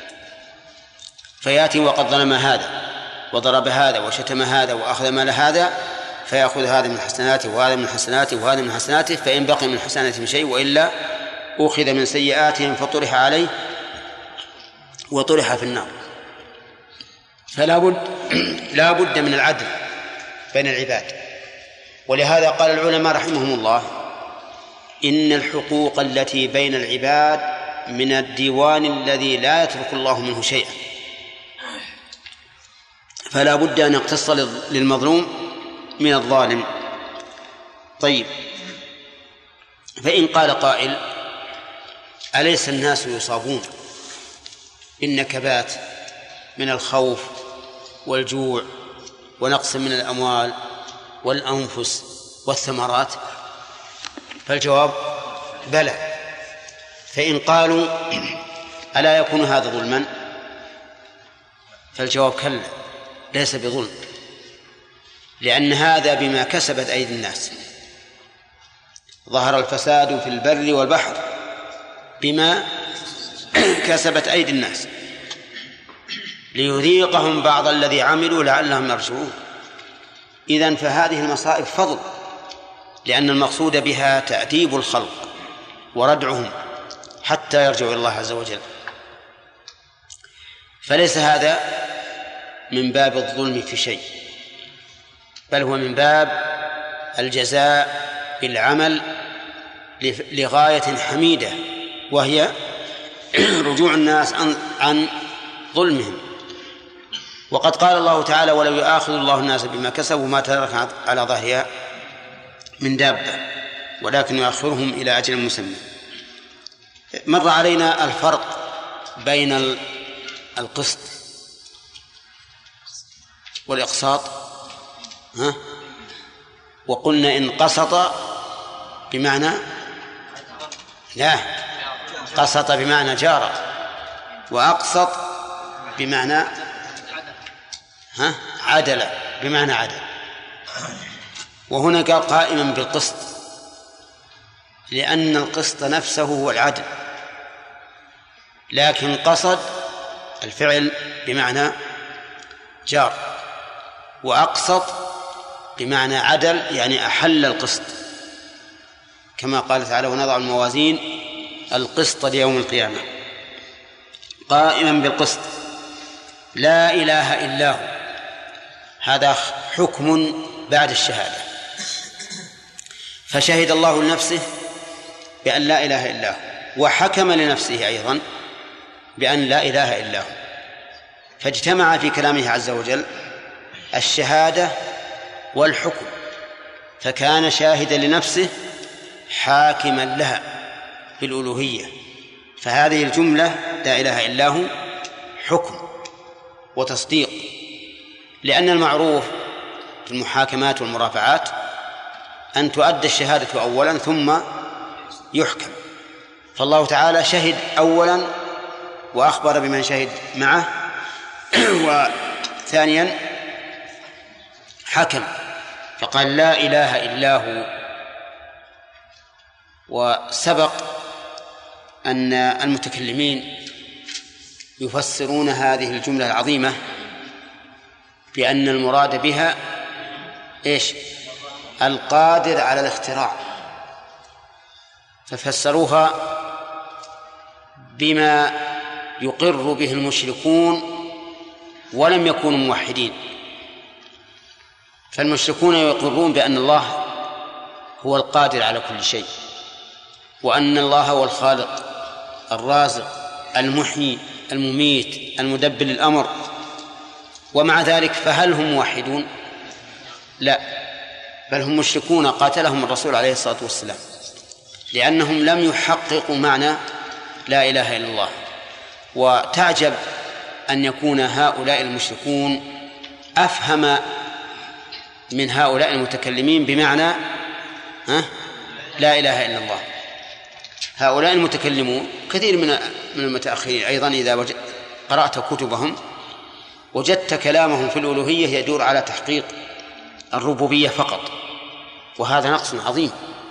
Speaker 1: فيأتي وقد ظلم هذا وضرب هذا وشتم هذا وأخذ مال هذا، فيأخذ هذا من حسناته وهذا من حسناته وهذا من حسناته، فإن بقي من حسناته شيء وإلا أخذ من سيئاتهم فطرح عليه وطرح في النار. فلا بد من العدل بين العباد. ولهذا قال العلماء رحمهم الله: إن الحقوق التي بين العباد من الديوان الذي لا يترك الله منه شيئا، فلا بد أن يقتص للمظلوم من الظالم. طيب، فإن قال قائل: أليس الناس يصابون بالنكبات من الخوف والجوع ونقص من الأموال والأنفس والثمرات؟ فالجواب: بلى. فإن قالوا: ألا يكون هذا ظلما؟ فالجواب: كلا، ليس بظلم، لأن هذا بما كسبت أيدي الناس. ظهر الفساد في البر والبحر بما كسبت أيدي الناس ليذيقهم بعض الذي عملوا لعلهم يرجعون. إذن فهذه المصائب فضل، لأن المقصود بها تأديب الخلق وردعهم حتى يرجعوا إلى الله عز وجل. فليس هذا من باب الظلم في شيء، بل هو من باب الجزاء بالعمل لغاية حميدة، وهي رجوع الناس عن ظلمهم. وقد قال الله تعالى: ولو يؤاخذ الله الناس بما كسبوا ما ترك على ظهرها من دابة، ولكن يؤخرهم إلى أجل مسمى. مر علينا الفرق بين القسط والإقساط، وقلنا إن قسط بمعنى لا، قسط بمعنى جار، وأقسط بمعنى عدل، بمعنى عدل. وهنا قال قائما بالقسط، لأن القسط نفسه هو العدل، لكن قصد الفعل بمعنى جار، وأقسط بمعنى عدل، يعني أحل القسط، كما قال تعالى: ونضع الموازين القسط ليوم القيامة. قائما بالقسط لا إله إلا هو، هذا حكم بعد الشهادة، فشهد الله لنفسه بأن لا إله إلا هو، وحكم لنفسه أيضا بأن لا إله إلا هو، فاجتمع في كلامه عز وجل الشهادة والحكم، فكان شاهدا لنفسه حاكما لها بالألوهية. فهذه الجملة لا إله إلا هو حكم وتصديق، لأن المعروف في المحاكمات والمرافعات أن تؤدى الشهادة أولا ثم يحكم، فالله تعالى شهد أولا وأخبر بمن شهد معه، وثانيا حكم فقال لا إله إلا هو. وسبق أن المتكلمين يفسرون هذه الجملة العظيمة بأن المراد بها إيش؟ القادر على الاختراع، ففسروها بما يقر به المشركون ولم يكونوا موحدين. فالمشركون يقرون بأن الله هو القادر على كل شيء، وأن الله هو الخالق الرازق المحيي المميت المدبر الأمر، ومع ذلك فهل هم موحدون؟ لا، بل هم مشركون قاتلهم الرسول عليه الصلاة والسلام، لأنهم لم يحققوا معنى لا إله إلا الله. وتعجب أن يكون هؤلاء المشركون أفهم من هؤلاء المتكلمين بمعنى لا إله إلا الله. هؤلاء المتكلمون كثير من المتأخرين أيضا إذا قرأت كتبهم وجدت كلامهم في الألوهية يدور على تحقيق الربوبية فقط، وهذا نقص عظيم.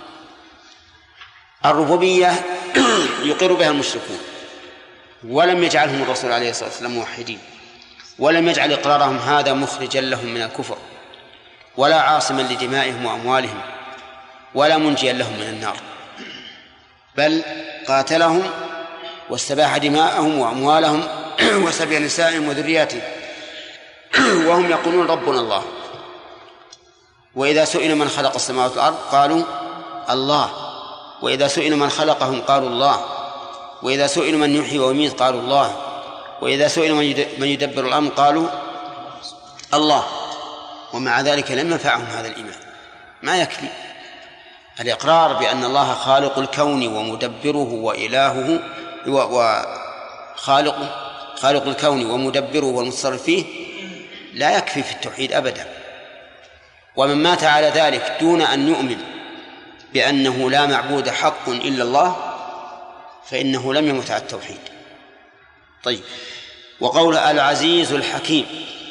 Speaker 1: الربوبية يقر بها المشركون، ولم يجعلهم الرسول عليه الصلاة والسلام موحدين، ولم يجعل إقرارهم هذا مخرجا لهم من الكفر، ولا عاصما لدمائهم وأموالهم، ولا منجيا لهم من النار، بل قاتلهم واستباح دماءهم وأموالهم وسبي نسائهم وذرياتهم، وهم يقولون ربنا الله. وإذا سئل من خلق السماوات والأرض قالوا الله، وإذا سئل من خلقهم قالوا الله، وإذا سئل من يحيي ويميت قالوا الله، وإذا سئل من يدبر الأمر قالوا الله. ومع ذلك لم ينفعهم هذا الإيمان. ما يكفي الإقرار بأن الله خالق الكون ومدبره وإلهه خالق الكون ومدبره والمتصرف فيه، لا يكفي في التوحيد أبدا. ومن مات على ذلك دون أن يؤمن بأنه لا معبود حق إلا الله فإنه لم يمت على التوحيد. طيب، وقول العزيز الحكيم،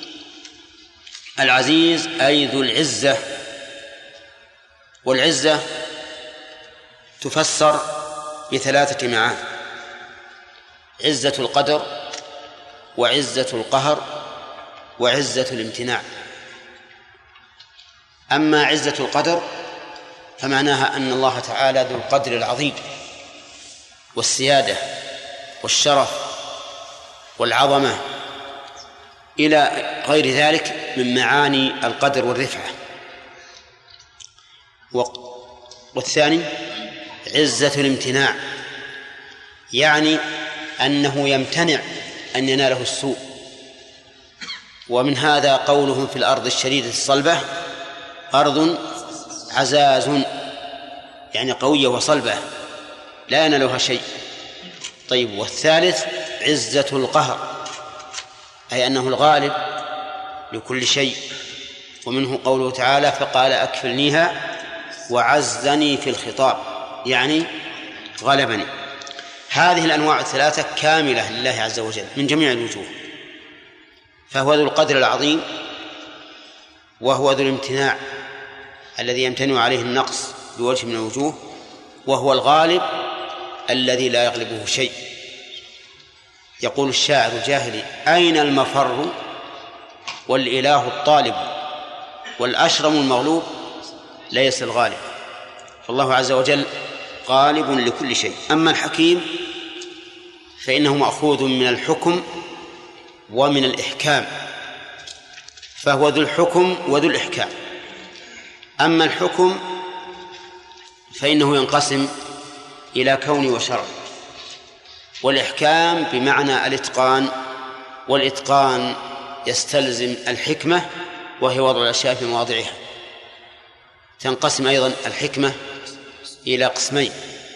Speaker 1: العزيز أي ذو العزة، والعزة تفسر بثلاثة معاني: عزة القدر، وعزة القهر، وعزة الامتناع. أما عزة القدر فمعناها أن الله تعالى ذو القدر العظيم والسيادة والشرف والعظمة إلى غير ذلك من معاني القدر والرفعة. والثاني عزة الامتناع، يعني أنه يمتنع أن يناله السوء. ومن هذا قولهم في الأرض الشديدة الصلبة أرض عزاز يعني قوية وصلبة لا ينالها شيء. طيب، والثالث عزة القهر، أي أنه الغالب لكل شيء، ومنه قوله تعالى فقال أكفلنيها وعزني في الخطاب، يعني غلبني. هذه الأنواع الثلاثة كاملة لله عز وجل من جميع الوجوه، فهو ذو القدر العظيم، وهو ذو الامتناع الذي يمتنع عليه النقص بوجه من الوجوه، وهو الغالب الذي لا يغلبه شيء. يقول الشاعر الجاهلي أين المفر والإله الطالب والأشرم المغلوب ليس الغالب. فالله عز وجل غالب لكل شيء. أما الحكيم فإنه مأخوذ من الحكم ومن الإحكام، فهو ذو الحكم وذو الإحكام. أما الحكم فإنه ينقسم إلى كوني وشرعي، والإحكام بمعنى الإتقان، والإتقان يستلزم الحكمة وهي وضع الأشياء في مواضعها. تنقسم أيضا الحكمة إلى قسمين: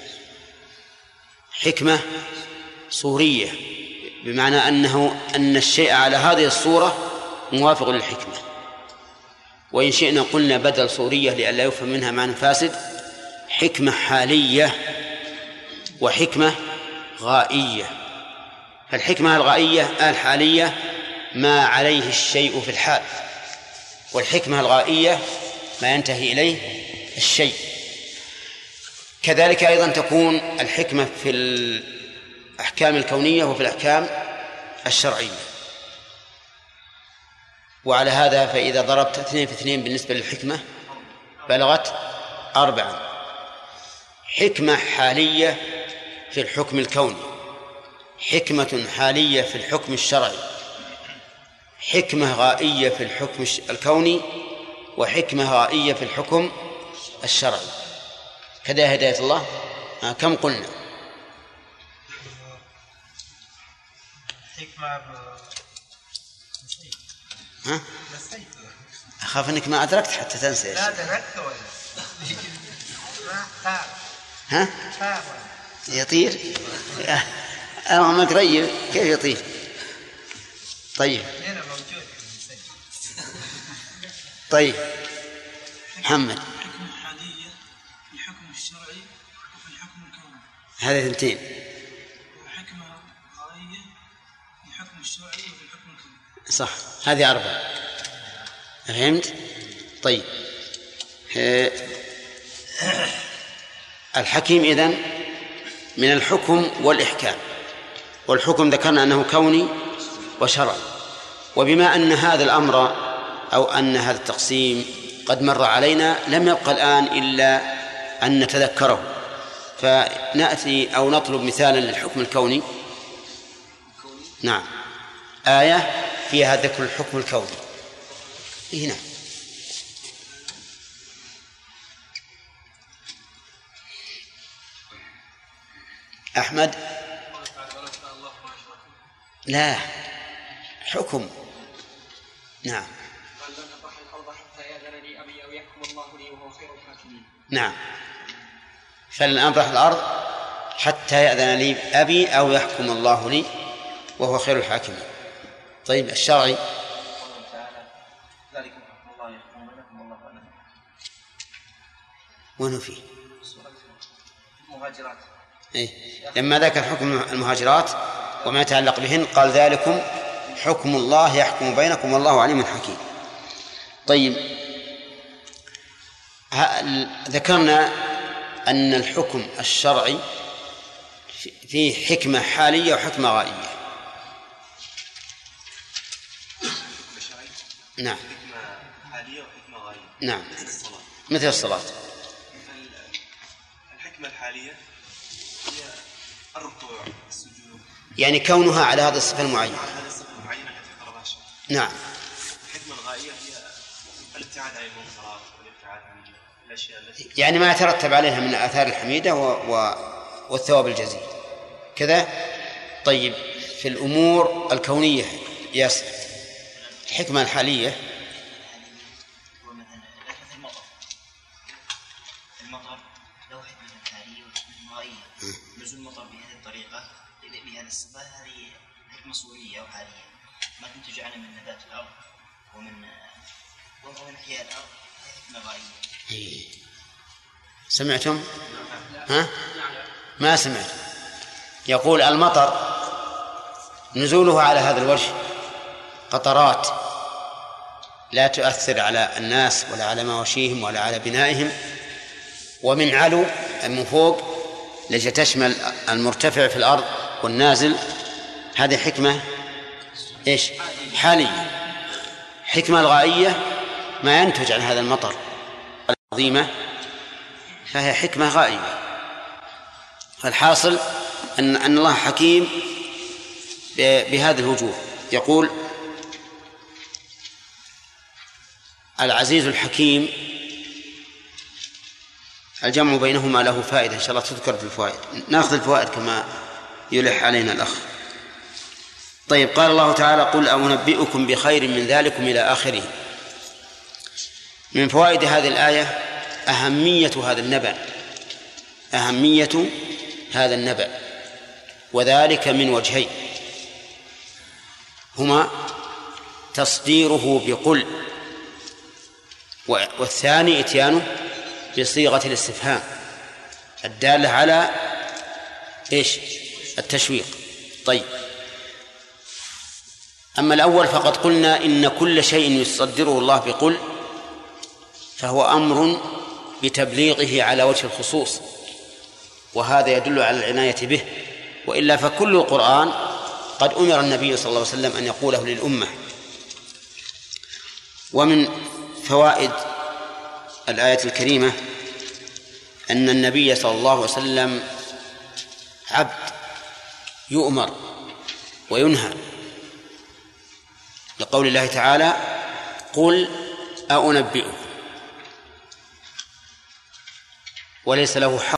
Speaker 1: حكمة صورية بمعنى أن الشيء على هذه الصورة موافق للحكمة، وإن شئنا قلنا بدل صورية لئلا يفهم منها معنى فاسد، حكمة حالية وحكمة غائية. فالحكمة الغائية الحالية ما عليه الشيء في الحال، والحكمة الغائية ما ينتهي إليه الشيء. كذلك أيضا تكون الحكمة في الأحكام الكونية وفي الأحكام الشرعية. وعلى هذا فإذا ضربت 2 في 2 بالنسبة للحكمة بلغت 4. حكمة حالية في الحكم الكوني، حكمة حالية في الحكم الشرعي، حكمة غائية في الحكم الكوني، وحكمة غائية في الحكم الشرعي. كذا هداية الله. كم قلنا؟
Speaker 3: حكمة
Speaker 1: ها؟ أخاف أنك ما أدركت حتى تنسى.
Speaker 3: لا أدركت ولا
Speaker 1: ها؟ يطير؟ أنا ما قريب كيف يطير؟ طيب
Speaker 3: هنا موجود.
Speaker 1: طيب محمد.
Speaker 2: حكمة حالية في الحكم الشرعي وفي الحكم الكوني.
Speaker 1: هذه 2.
Speaker 2: وحكمة غائية في الحكم الشرعي وفي الحكم الكوني.
Speaker 1: صح، هذه 4. فهمت؟ طيب الحكيم إذن من الحكم والإحكام، والحكم ذكرنا أنه كوني وشرعي. وبما أن هذا الأمر أو أن هذا التقسيم قد مر علينا لم يبقى الآن إلا أن نتذكره، فنأتي أو نطلب مثالا للحكم الكوني. نعم، آية فيها ذكر الحكم الكوني. هنا أحمد. لا، حكم. نعم. نعم، فلن أبرح الأرض حتى يأذن لي أبي أو يحكم الله لي وهو خير الحاكمين. طيب الشرعي وين فيه؟
Speaker 2: المهاجرات.
Speaker 1: إيه؟ لما ذكر حكم المهاجرات وما يتعلق بهن قال ذلكم حكم الله يحكم بينكم والله عليم حكيم. طيب ذكرنا أن الحكم الشرعي فيه حكمة حالية وحكمة غائية. نعم.
Speaker 9: حكمة حالية وحكمة غائية.
Speaker 1: نعم. مثل الصلاة.
Speaker 9: الحكمة الحالية هي الركوع السجود، يعني
Speaker 1: كونها على هذا الصفة المعينة.
Speaker 9: هذه الصفة المعينة التي طلبها الشرع.
Speaker 1: نعم.
Speaker 9: الحكمة الغائية هي الابتعاد عن المنكرات والابتعاد عن الأشياء التي
Speaker 1: يعني ما يترتب عليها من الآثار الحميدة والثواب الجزيل كذا. طيب في الأمور الكونية ياسر الحكمة الحالية
Speaker 10: يعني الصفة هذه حكمة صورية أو حالية ما تنتج عنها من نبات الأرض ومن أحياء الأرض حكمة غائية.
Speaker 1: سمعتم؟ ها؟ ما سمعت. يقول المطر نزوله على هذا الوجه قطرات لا تؤثر على الناس ولا على مواشيهم ولا على بنائهم، ومن علو من فوق التي تشمل المرتفع في الأرض والنازل. هذه حكمة إيش؟ حالية. حكمة الغائية ما ينتج عن هذا المطر العظيمة فهي حكمة غائية. فالحاصل أن الله حكيم بهذه الوجوه. يقول العزيز الحكيم الجمع بينهما له فائدة إن شاء الله تذكر في الفوائد. نأخذ الفوائد كما يلح علينا الأخ. طيب، قال الله تعالى قل أنبئكم بخير من ذلكم إلى آخره. من فوائد هذه الآية أهمية هذا النبأ وذلك من وجهين، هما تصديره بقل، والثاني إتيانه بصيغة الاستفهام الدالة على إيش؟ التشويق. طيب، أما الأول فقد قلنا إن كل شيء يصدره الله بقل فهو أمر بتبليغه على وجه الخصوص، وهذا يدل على العناية به، وإلا فكل القرآن قد أمر النبي صلى الله عليه وسلم أن يقوله للأمة. ومن فوائد الآية الكريمة أن النبي صلى الله عليه وسلم عبد يؤمر وينهى، لقول الله تعالى قل أنبئكم، وليس له حق